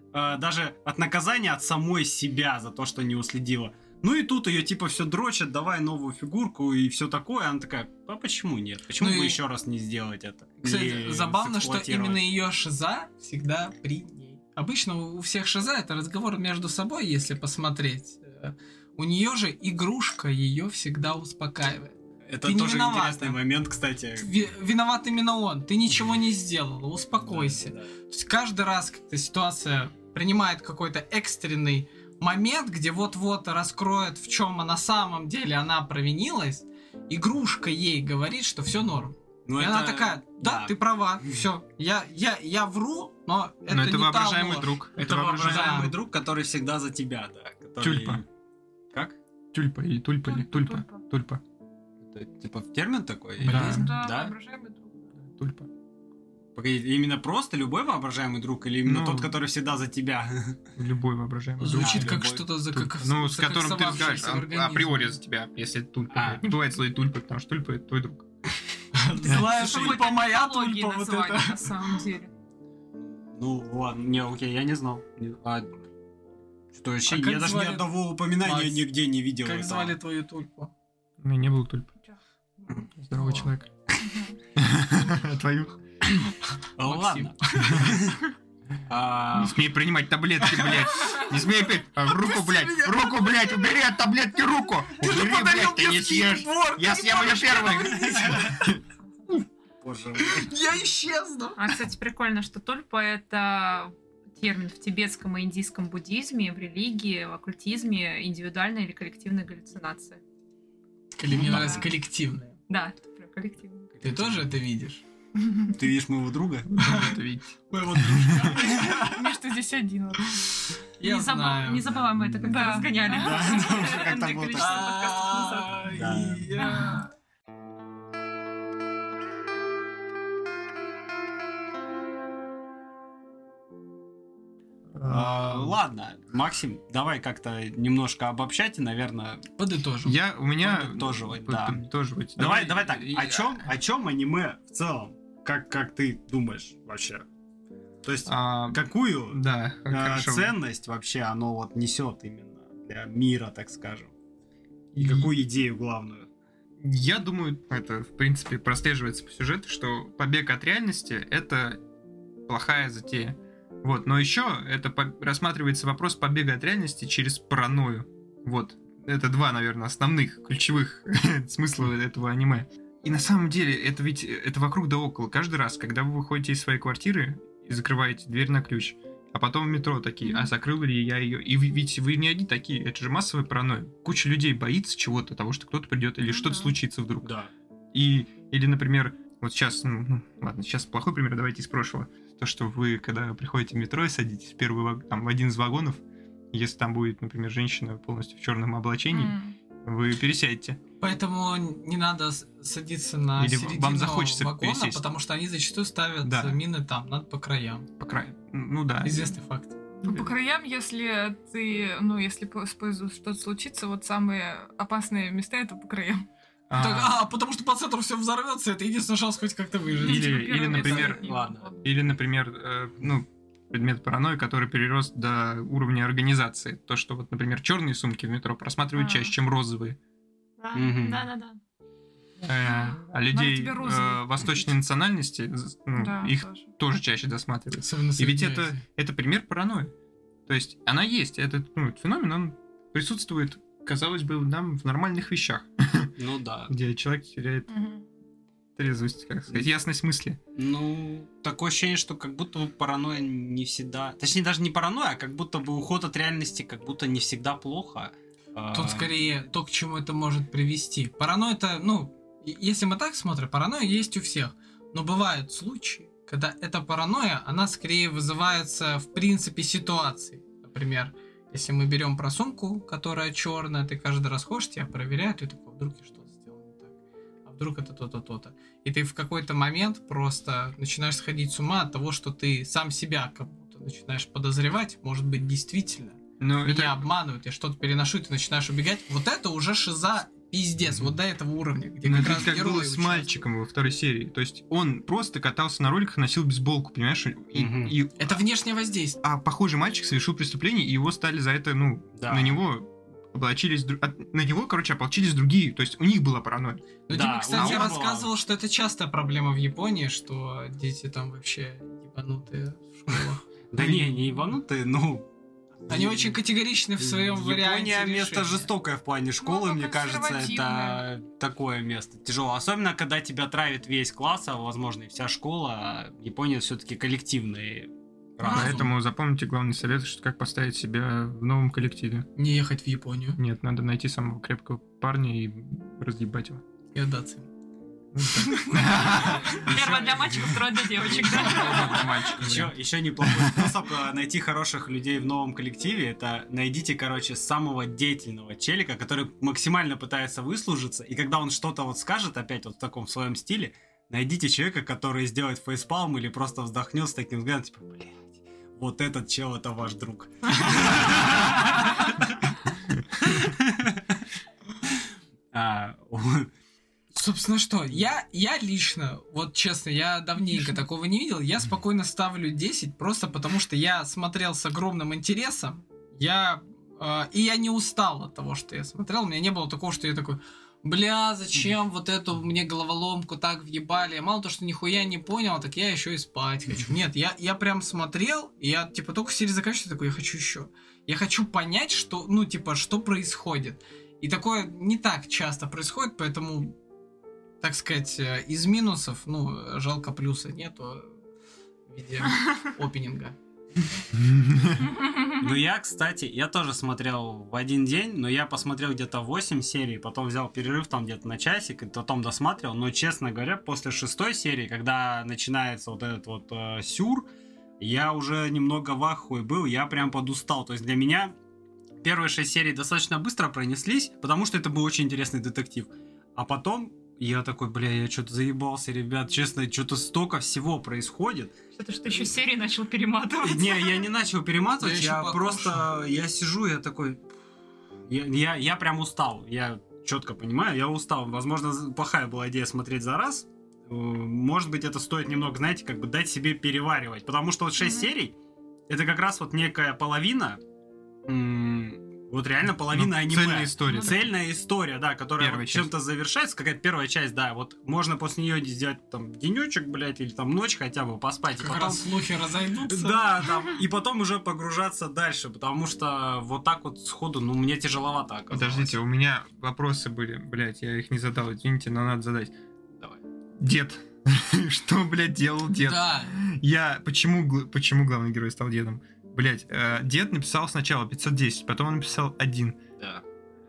даже от наказания от самой себя за то, что не уследила. Ну и тут ее типа все дрочат, давай новую фигурку и все такое. Она такая: а почему нет? Почему Ну бы и- еще раз не сделать это? Кстати, Не забавно, что сэксплуатировать. именно ее шиза всегда при ней. Обычно у всех шиза это разговор между собой, если посмотреть. У нее же игрушка ее всегда успокаивает. Это ты не тоже виновата. интересный момент, кстати. Виноват именно он. Ты ничего не сделал. Успокойся. Да, да. То есть каждый раз, когда ситуация принимает какой-то экстренный момент, где вот-вот раскроет, в чем на самом деле она провинилась, игрушка ей говорит, что все норм. Ну, И это- она такая: да, ты права, все, я вру, но это Но это не воображаемый та ложь. друг. Это воображаемый Да. друг, который всегда за тебя, да. Который... Тюльпа. Как? Тюльпа или тульпа, или тульпа. Тульпа. Это типа термин такой? Да. Или- Да, Да? воображаемый друг. Тульпа. Погоди, именно просто любой воображаемый друг или именно Ну, тот, который всегда за тебя? Любой воображаемый друг. Звучит Да, как любой. что-то за Тульпа. Ну, с которым ты разговариваешь закоксовавшееся в организме. априори за тебя, если это тульпа. А. блядь. Не бывает злой тульпы, потому что тульпа — это твой друг. Злая Слушай, тульпа, моя мифологии тульпа, вот название, это. на самом деле. Ну, ладно, не, окей, я не знал. Что вообще, А как я даже звали- ни одного упоминания Макс, нигде не видел. Как этого. звали твою тульпу? У меня не было тульпы. Здоровый О. человек. Твою. Ладно. Не смей принимать таблетки, блядь. Не смей пить. Руку, блядь. Руку, блядь. Убери от таблетки руку. Убери, блядь, ты не съешь. Я съем ее первый. Боже мой. Я исчезну. А, кстати, прикольно, что тульпа — это термин в тибетском и индийском буддизме, в религии, в оккультизме, индивидуальная или коллективная галлюцинация. Мне нравится коллективное. Да, это прям коллективная. Ты тоже это видишь? Ты видишь моего друга? Это видите. Моего дружка. Миш, ты здесь один. вот. Я знаю. Не забываем мы это, когда Да. разгоняли. Да, да, уже как-то Энное было количество так. подкастов назад. Да. Я- Ладно, Максим, давай как-то немножко обобщать и, наверное, Подытожим. У меня... Подытоживать, да. Подытоживать. давай так. О чем аниме в целом? Как ты думаешь вообще? То есть, А, какую да, хорошо. ценность вообще оно вот несет именно для мира, так скажем? И И- какую идею главную? Я думаю, это, в принципе, прослеживается по сюжету, что побег от реальности — это плохая затея. Вот, но еще это рассматривается вопрос побега от реальности через паранойю. Вот, это два, наверное, основных, ключевых смысла этого аниме. И на самом деле, это ведь это вокруг да около. Каждый раз, когда вы выходите из своей квартиры и закрываете дверь на ключ, а потом в метро такие, а закрыл ли я ее? И ведь вы не одни такие, это же массовая паранойя. Куча людей боится чего-то, того, что кто-то придет или что-то случится вдруг. Да. Или, например, вот сейчас, ладно, сейчас плохой пример, давайте из прошлого. То, что вы, когда приходите в метро и садитесь в в один из вагонов, если там будет, например, женщина полностью в черном облачении, вы пересядете. Поэтому не надо садиться на Или середину вам захочется вагона, пересесть. потому что они зачастую ставят Да. мины там, надо по краям. По краю. Ну да. Известный факт. Ну, по краям, если ты, если что-то случится, вот самые опасные места это по краям. Потому что по центру все взорвется, это единственный шанс хоть как-то выжить. Или, например, ладно. Или, например, предмет паранойи, который перерос до уровня организации. То, что вот, например, черные сумки в метро просматривают чаще, чем розовые. Да. А людей тебе розовый. восточной национальности, Да, их тоже. тоже чаще досматривают. Особенно И ведь среди это, Азии. это пример паранойи. То есть она есть, этот феномен, он присутствует, казалось бы, нам в нормальных вещах, Ну да. где человек теряет трезвость, как сказать, ясность мысли. Ну, такое ощущение, что как будто бы паранойя не всегда... Точнее, даже не паранойя, а как будто бы уход от реальности как будто не всегда плохо. Тут скорее то, к чему это может привести. Паранойя это, если мы так смотрим, паранойя есть у всех. Но бывают случаи, когда эта паранойя, она скорее вызывается в принципе ситуацией. Например, если мы берем про сумку, которая черная, ты каждый раз ходишь, тебя проверяют, и ты такой, вдруг я что-то сделал не так. А вдруг это то-то, то-то. И ты в какой-то момент просто начинаешь сходить с ума от того, что ты сам себя как будто начинаешь подозревать, может быть, действительно. Но Меня обманывают, я что-то переношу, и ты начинаешь убегать. Вот это уже шиза пиздец, вот до этого уровня, где Ну, как это раз как герои было с участвуют. мальчиком во второй серии. То есть он просто катался на роликах и носил бейсболку, понимаешь? Мгм. Это внешнее воздействие. А похожий мальчик совершил преступление, и его стали за это, Да. на него ополчились другие. То есть у них была паранойя. Ну, Да, Дима, кстати, у него рассказывал, что это частая проблема в Японии, что дети там вообще ебанутые в школах. Да не ебанутые, Они очень категоричны в своем варианте Япония место решения. жестокое в плане школы, Ну, мне кажется, это консервативное. такое место тяжелое. Особенно, когда тебя травит весь класс, а возможно и вся школа. А Япония все-таки коллективный разум. Поэтому запомните главный совет, что как поставить себя в новом коллективе. Не ехать в Японию Нет, надо найти самого крепкого парня и разъебать его. и отдаться им. Первое для мальчиков, второе для девочек. да. Еще неплохой способ найти хороших людей в новом коллективе, это найдите, самого деятельного челика, который максимально пытается выслужиться, и когда он что-то вот скажет, опять вот в таком своем стиле, найдите человека, который сделает фейспалм или просто вздохнет с таким взглядом, типа, блядь, вот этот чел, это ваш друг. Собственно, что? Я лично, вот честно, я давненько такого не видел. Я спокойно ставлю 10, просто потому что я смотрел с огромным интересом. И я не устал от того, что я смотрел. У меня не было такого, что я такой, бля, зачем вот эту мне головоломку так въебали? Я мало то, что нихуя не понял, так я еще и спать хочу. Нет, я прям смотрел, и я только серия заканчивается, такой, я хочу еще. Я хочу понять, что, что происходит. И такое не так часто происходит, поэтому, так сказать, из минусов, жалко плюса нету в виде опенинга. Ну я, кстати, я тоже смотрел в один день, но я посмотрел где-то 8 серий, потом взял перерыв там где-то на часик, и потом досматривал, но, честно говоря, после 6 серии, когда начинается вот этот вот сюр, я уже немного в ахуе был, я прям подустал, то есть для меня первые 6 серий достаточно быстро пронеслись, потому что это был очень интересный детектив, а потом я такой, бля, я что-то заебался, ребят, честно, что-то столько всего происходит. Что еще серии начал перематывать. Не, я не начал перематывать, Я я ещё просто, я сижу, я такой, я прям устал, я четко понимаю, я устал. Возможно, плохая была идея смотреть за раз, может быть, это стоит немного, знаете, как бы дать себе переваривать. Потому что вот 6 серий, это как раз вот некая половина, вот реально половина аниме. Цельная история. Цельная история, да, которая Первая вот чем-то часть. завершается, какая-то первая часть, да, вот можно после нее сделать там денечек, блядь, или там ночь хотя бы поспать. И Как потом... раз слухи разойдутся. Да, там, и потом уже погружаться дальше, потому что вот так вот сходу, ну, мне тяжеловато оказалось. Подождите, у меня вопросы были, блядь, я их не задал, извините, но надо задать. Давай. Дед. Что, блядь, делал дед? Да. Почему главный герой стал дедом? Блядь, дед написал сначала 510, потом он написал 1. Да.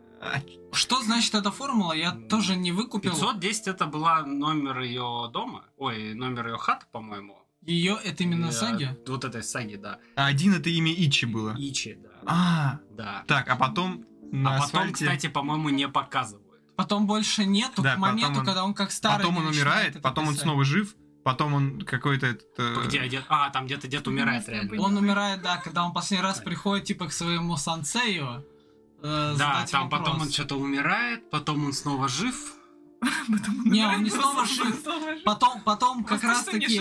Что значит эта формула? Я тоже не выкупил. 510 это была номер ее дома, номер ее хаты, по-моему. Ее это именно саги? Вот этой саги, да. А 1 это имя Ичи было. Ичи, да. Да. Так, а потом на А потом, асфальте... кстати, по-моему, не показывают. Потом больше нету Да, к моменту, потом он- когда он как старый. Потом он не начинает умирает, это потом он писать. снова жив, потом он какой-то... Где дед? А, там где-то дед умирает реально. Он умирает, да, когда он последний раз приходит, типа, к своему сансею. Да, там потом он что-то умирает, потом он снова жив. Не, он не снова жив. Потом как раз таки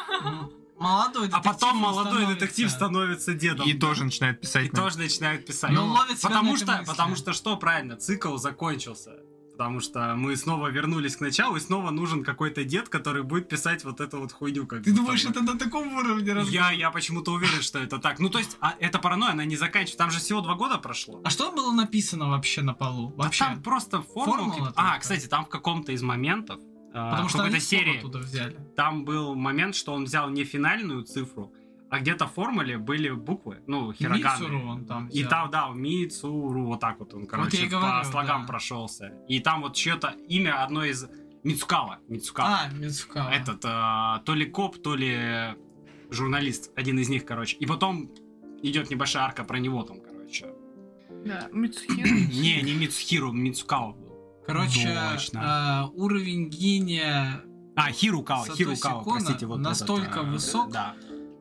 молодой детектив. А потом молодой становится. детектив становится дедом. И тоже начинает писать. И тоже начинает писать. Но он ловит себя потому на этой что, мысли. потому что что правильно, цикл закончился. Потому что мы снова вернулись к началу, и снова нужен какой-то дед, который будет писать вот эту вот хуйню. Как Ты бы думаешь, там. это на таком уровне разговора? Я почему-то уверен, что это так. Ну, то есть, эта паранойя, она не заканчивается. Там же всего 2 года прошло. А что было написано вообще на полу? Да Вообще? там просто формула. Формула только. Кстати, там в каком-то из моментов, Потому в что какой-то они слово серии, оттуда взяли. там был момент, что он взял не финальную цифру, а где-то в формуле были буквы, ну, хироганы. Мицуру он там И взял. там, да, Мицуру, вот так вот он, короче, я и по говорю, слогам да. прошелся. И там вот чье-то имя одно из... Мицукава. Мицукава. Этот, то ли коп, то ли журналист. Один из них, короче. И потом идет небольшая арка про него там, короче. Да, Мицухиро. Не Мицухиру, Мицукава был. Короче, Точно. уровень гения Хирукава, Сатоси Кона простите. Вот настолько этот, высок. Да.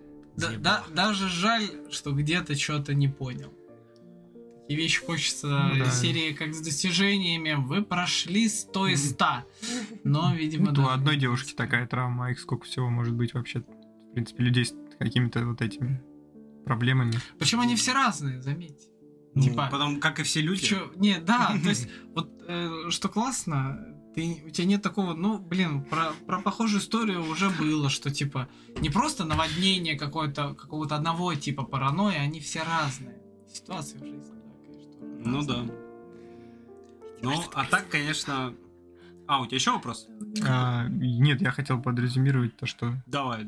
даже жаль, что где-то что-то не понял. Такие вещи хочется Ну да. серии как с достижениями. Вы прошли 100 из 100. Но, видимо, У да. одной девушки такая травма, а их сколько всего может быть вообще, в принципе, людей с какими-то вот этими проблемами. Причем они все разные, заметьте. Ну, Типа, потом, как и все люди. Не, да, то есть, вот что классно, у тебя нет такого, про похожую историю уже было, что типа не просто наводнение какого-то одного типа паранойи, они все разные. Ситуации в жизни, да, конечно, тоже Ну разные. да. Ну, а так, конечно... у тебя еще вопрос? Нет, я хотел подрезюмировать то, что... Давай.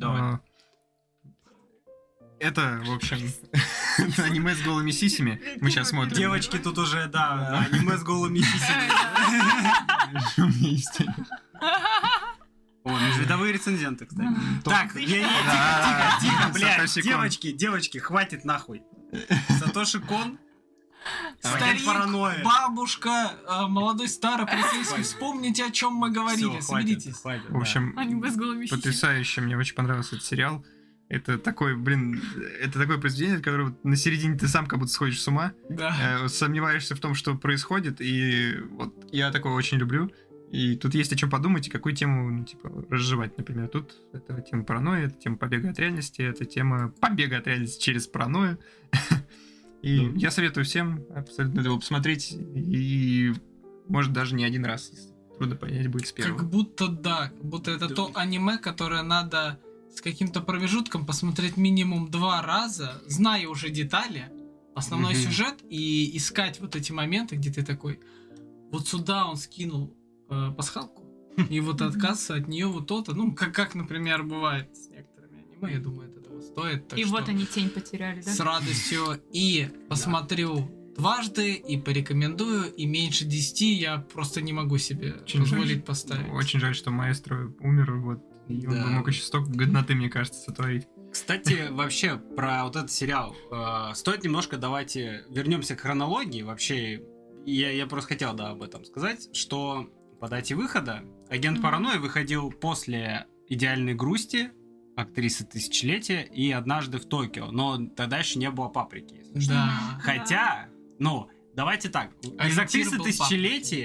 Это, в общем, это аниме с голыми сисями. Мы сейчас смотрим. Девочки тут уже, да, аниме с голыми сисями. О, межвидовые рецензенты, кстати. Так, тихо, блядь, Сатоши Кон. девочки, хватит нахуй. Сатоши Кон, Старик, паранойя. бабушка, молодой старый полицейский, вспомните, о чем мы говорили, Всё, соберитесь. хватит, В общем, Аниме с голыми сисями. потрясающе, мне очень понравился этот сериал. Это такое, это такое произведение, от которого на середине ты сам как будто сходишь с ума, Да. сомневаешься в том, что происходит, и вот я такое очень люблю. И тут есть о чем подумать, и какую тему, разжевать, например. Тут это тема паранойи, это тема побега от реальности, это тема побега от реальности через паранойю. И я советую всем абсолютно его посмотреть, и может даже не один раз, если трудно понять будет с первого. Как будто это то аниме, которое надо с каким-то промежутком посмотреть минимум 2 раза, зная уже детали, основной сюжет, и искать вот эти моменты, где ты такой, вот сюда он скинул пасхалку, и вот отказ от нее вот то-то, как, например, бывает с некоторыми аниме, я думаю, это того стоит. Так И что вот они тень потеряли, да? с радостью и посмотрю дважды, и порекомендую, и меньше 10 я просто не могу себе Очень позволить жаль. поставить. Очень жаль, что маэстро умер, вот. И он Да. бы мог еще столько годноты, мне кажется, сотворить. Кстати, вообще, про вот этот сериал. Стоит немножко, давайте вернемся к хронологии. Вообще, я просто хотел, об этом сказать, что по дате выхода «Агент Паранойи» выходил после «Идеальной грусти», «Актрисы тысячелетия» и «Однажды в Токио». Но тогда еще не было «Паприки». Если что. Да. Хотя, давайте так. Из Ориентир «Актрисы был тысячелетия»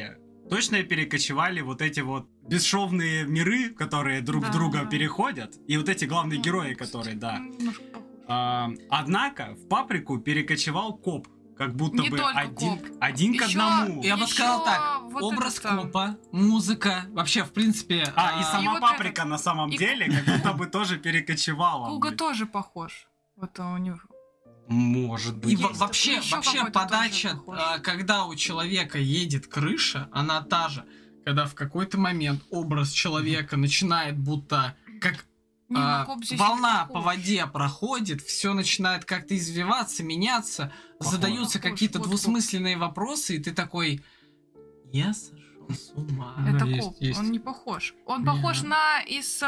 точно перекочевали вот эти вот бесшовные миры, которые друг в Да, друга да. переходят, и вот эти главные герои, которые, да. Немножко похож. Однако в Паприку перекочевал коп, как будто Не бы только один, коп. один к Ещё- одному. Я бы Ещё сказал так, вот образ это, копа, музыка, вообще, в принципе... И сама вот Паприка этот. на самом И деле как будто бы тоже перекочевала. Куга блин. тоже похож. Вот у него. Может быть. И Есть вообще, такой, ещё вообще какой-то подача, тоже похож. когда у человека едет крыша, она та же. Когда в какой-то момент образ человека начинает будто как Не, ну, коп здесь волна не по похож. воде проходит, все начинает как-то извиваться, меняться, Похож. задаются Похож, какие-то вот двусмысленные вопросы, и ты такой, я сошел с ума. Да, Это есть, коп, есть. он не похож. Он Не. похож на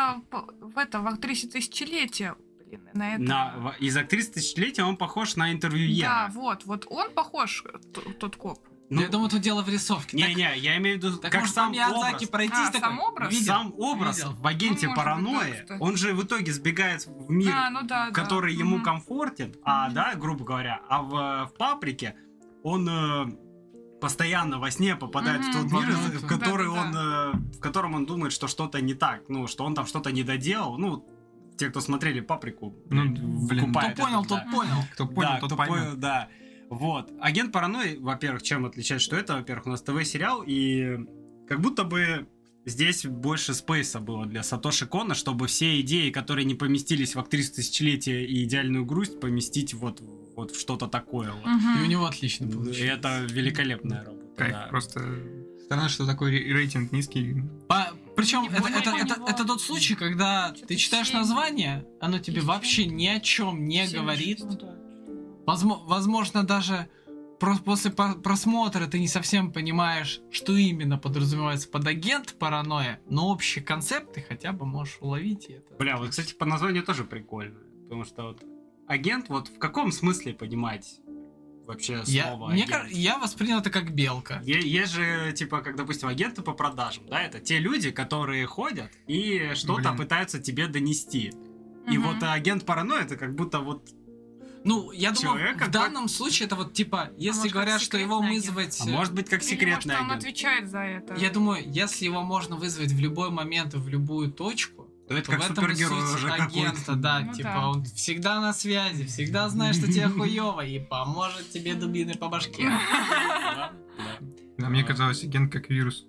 в актрисе тысячелетия. Блин, на это. Из актрисы тысячелетия он похож на интервьюера. Да, вот он похож, тот коп. Ну, Я думаю, тут дело в рисовке. Не-не, я имею в виду, Так как может, сам по Миядзаки образ. пройтись такой? сам образ? Видел? Сам образ Видел. в агенте Ну, может быть, паранойи, да, кстати. он же в итоге сбегает в мир, Да. который ему Мгм. комфортен, да, грубо говоря, а в Паприке он постоянно во сне попадает в тот Мгм. мир, Мгм. в который Да-да-да. в котором он думает, что что-то не так, ну, что он там что-то не доделал, ну, те, кто смотрели Паприку, Ну, блин, выкупают Кто понял, это, тот да. понял. Кто понял, Да, тот кто поймет. понял, да. Вот. Агент паранойи, во-первых, чем отличает, что это, во-первых, у нас ТВ-сериал, и как будто бы здесь больше спейса было для Сатоши Кона, чтобы все идеи, которые не поместились в актрису тысячелетия и идеальную грусть, поместить вот в что-то такое. Вот. Мгм. И у него отлично И получилось. это великолепная работа. Кайф, да. просто странно, что такой рейтинг низкий. Причем Не это, понял это, это, его. это тот случай, когда Что-то ты читаешь 7. название, оно тебе Или вообще ни о чем не 7, говорит. ну да. Возможно, даже после просмотра ты не совсем понимаешь, что именно подразумевается под агент паранойя, но общий концепт ты хотя бы можешь уловить. И это... Бля, вот, кстати, по названию тоже прикольно. Потому что вот агент, вот в каком смысле понимать вообще слово агент? Я воспринял это как белка. Есть же, типа, как, допустим, агенты по продажам, да, это те люди, которые ходят и что-то Блин. пытаются тебе донести. И Мгм. вот агент паранойи, это как будто вот... Ну, я думаю, Человека, в данном случае это вот типа, если может, говорят, как что его секретный агент. вызвать... А может быть, как Или, секретный может, он агент. отвечает за это. Я думаю, если его можно вызвать в любой момент и в любую точку, То это то как в этом и супергерой суть уже агента, какой-то. да, Ну типа да. он всегда на связи, всегда знает, что тебе хуёво, и поможет тебе дубиной по башке. Да, да. Да, мне казалось, агент как вирус.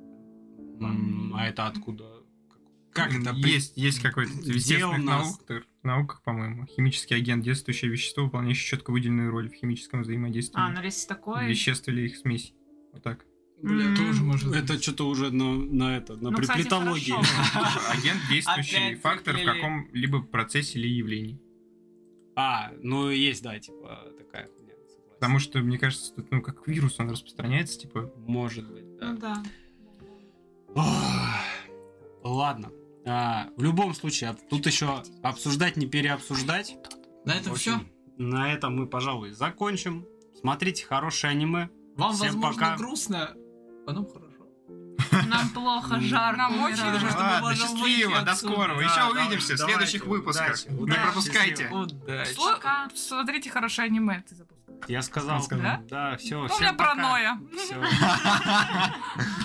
А это откуда? Как это? Есть какой-то в Где естественных у нас? науках, по-моему. Химический агент, действующее вещество, выполняющее четко выделенную роль в химическом взаимодействии ну если такое... веществ или их смесей. Вот так. Бля, тоже может Это быть. что-то уже на Ну, кстати, приплетологии. хорошо. Агент, действующий Опять фактор в приплели. каком-либо процессе или явлении. Ну есть, да, типа такая хуйня. согласен. Потому что, мне кажется, тут, ну, как вирус он распространяется, типа... Может быть, Ну да. да. Ох, ладно. В любом случае, тут еще обсуждать, не переобсуждать. На этом В все. общем, на этом мы, пожалуй, закончим. Смотрите хорошее аниме. Вам, всем возможно, пока. грустно, а нам хорошо. Нам плохо, жарко. Нам очень умираем. жарко. Ладно, можем счастливо, выйти до отсюда. скорого. Да, Еще да, увидимся в давайте, следующих выпусках. удачи, Не удачи, пропускайте. счастливо. Удачи. Пока. Смотрите хорошее аниме. Ты запускал. Я сказал. Да? Да, все. У меня паранойя. Все.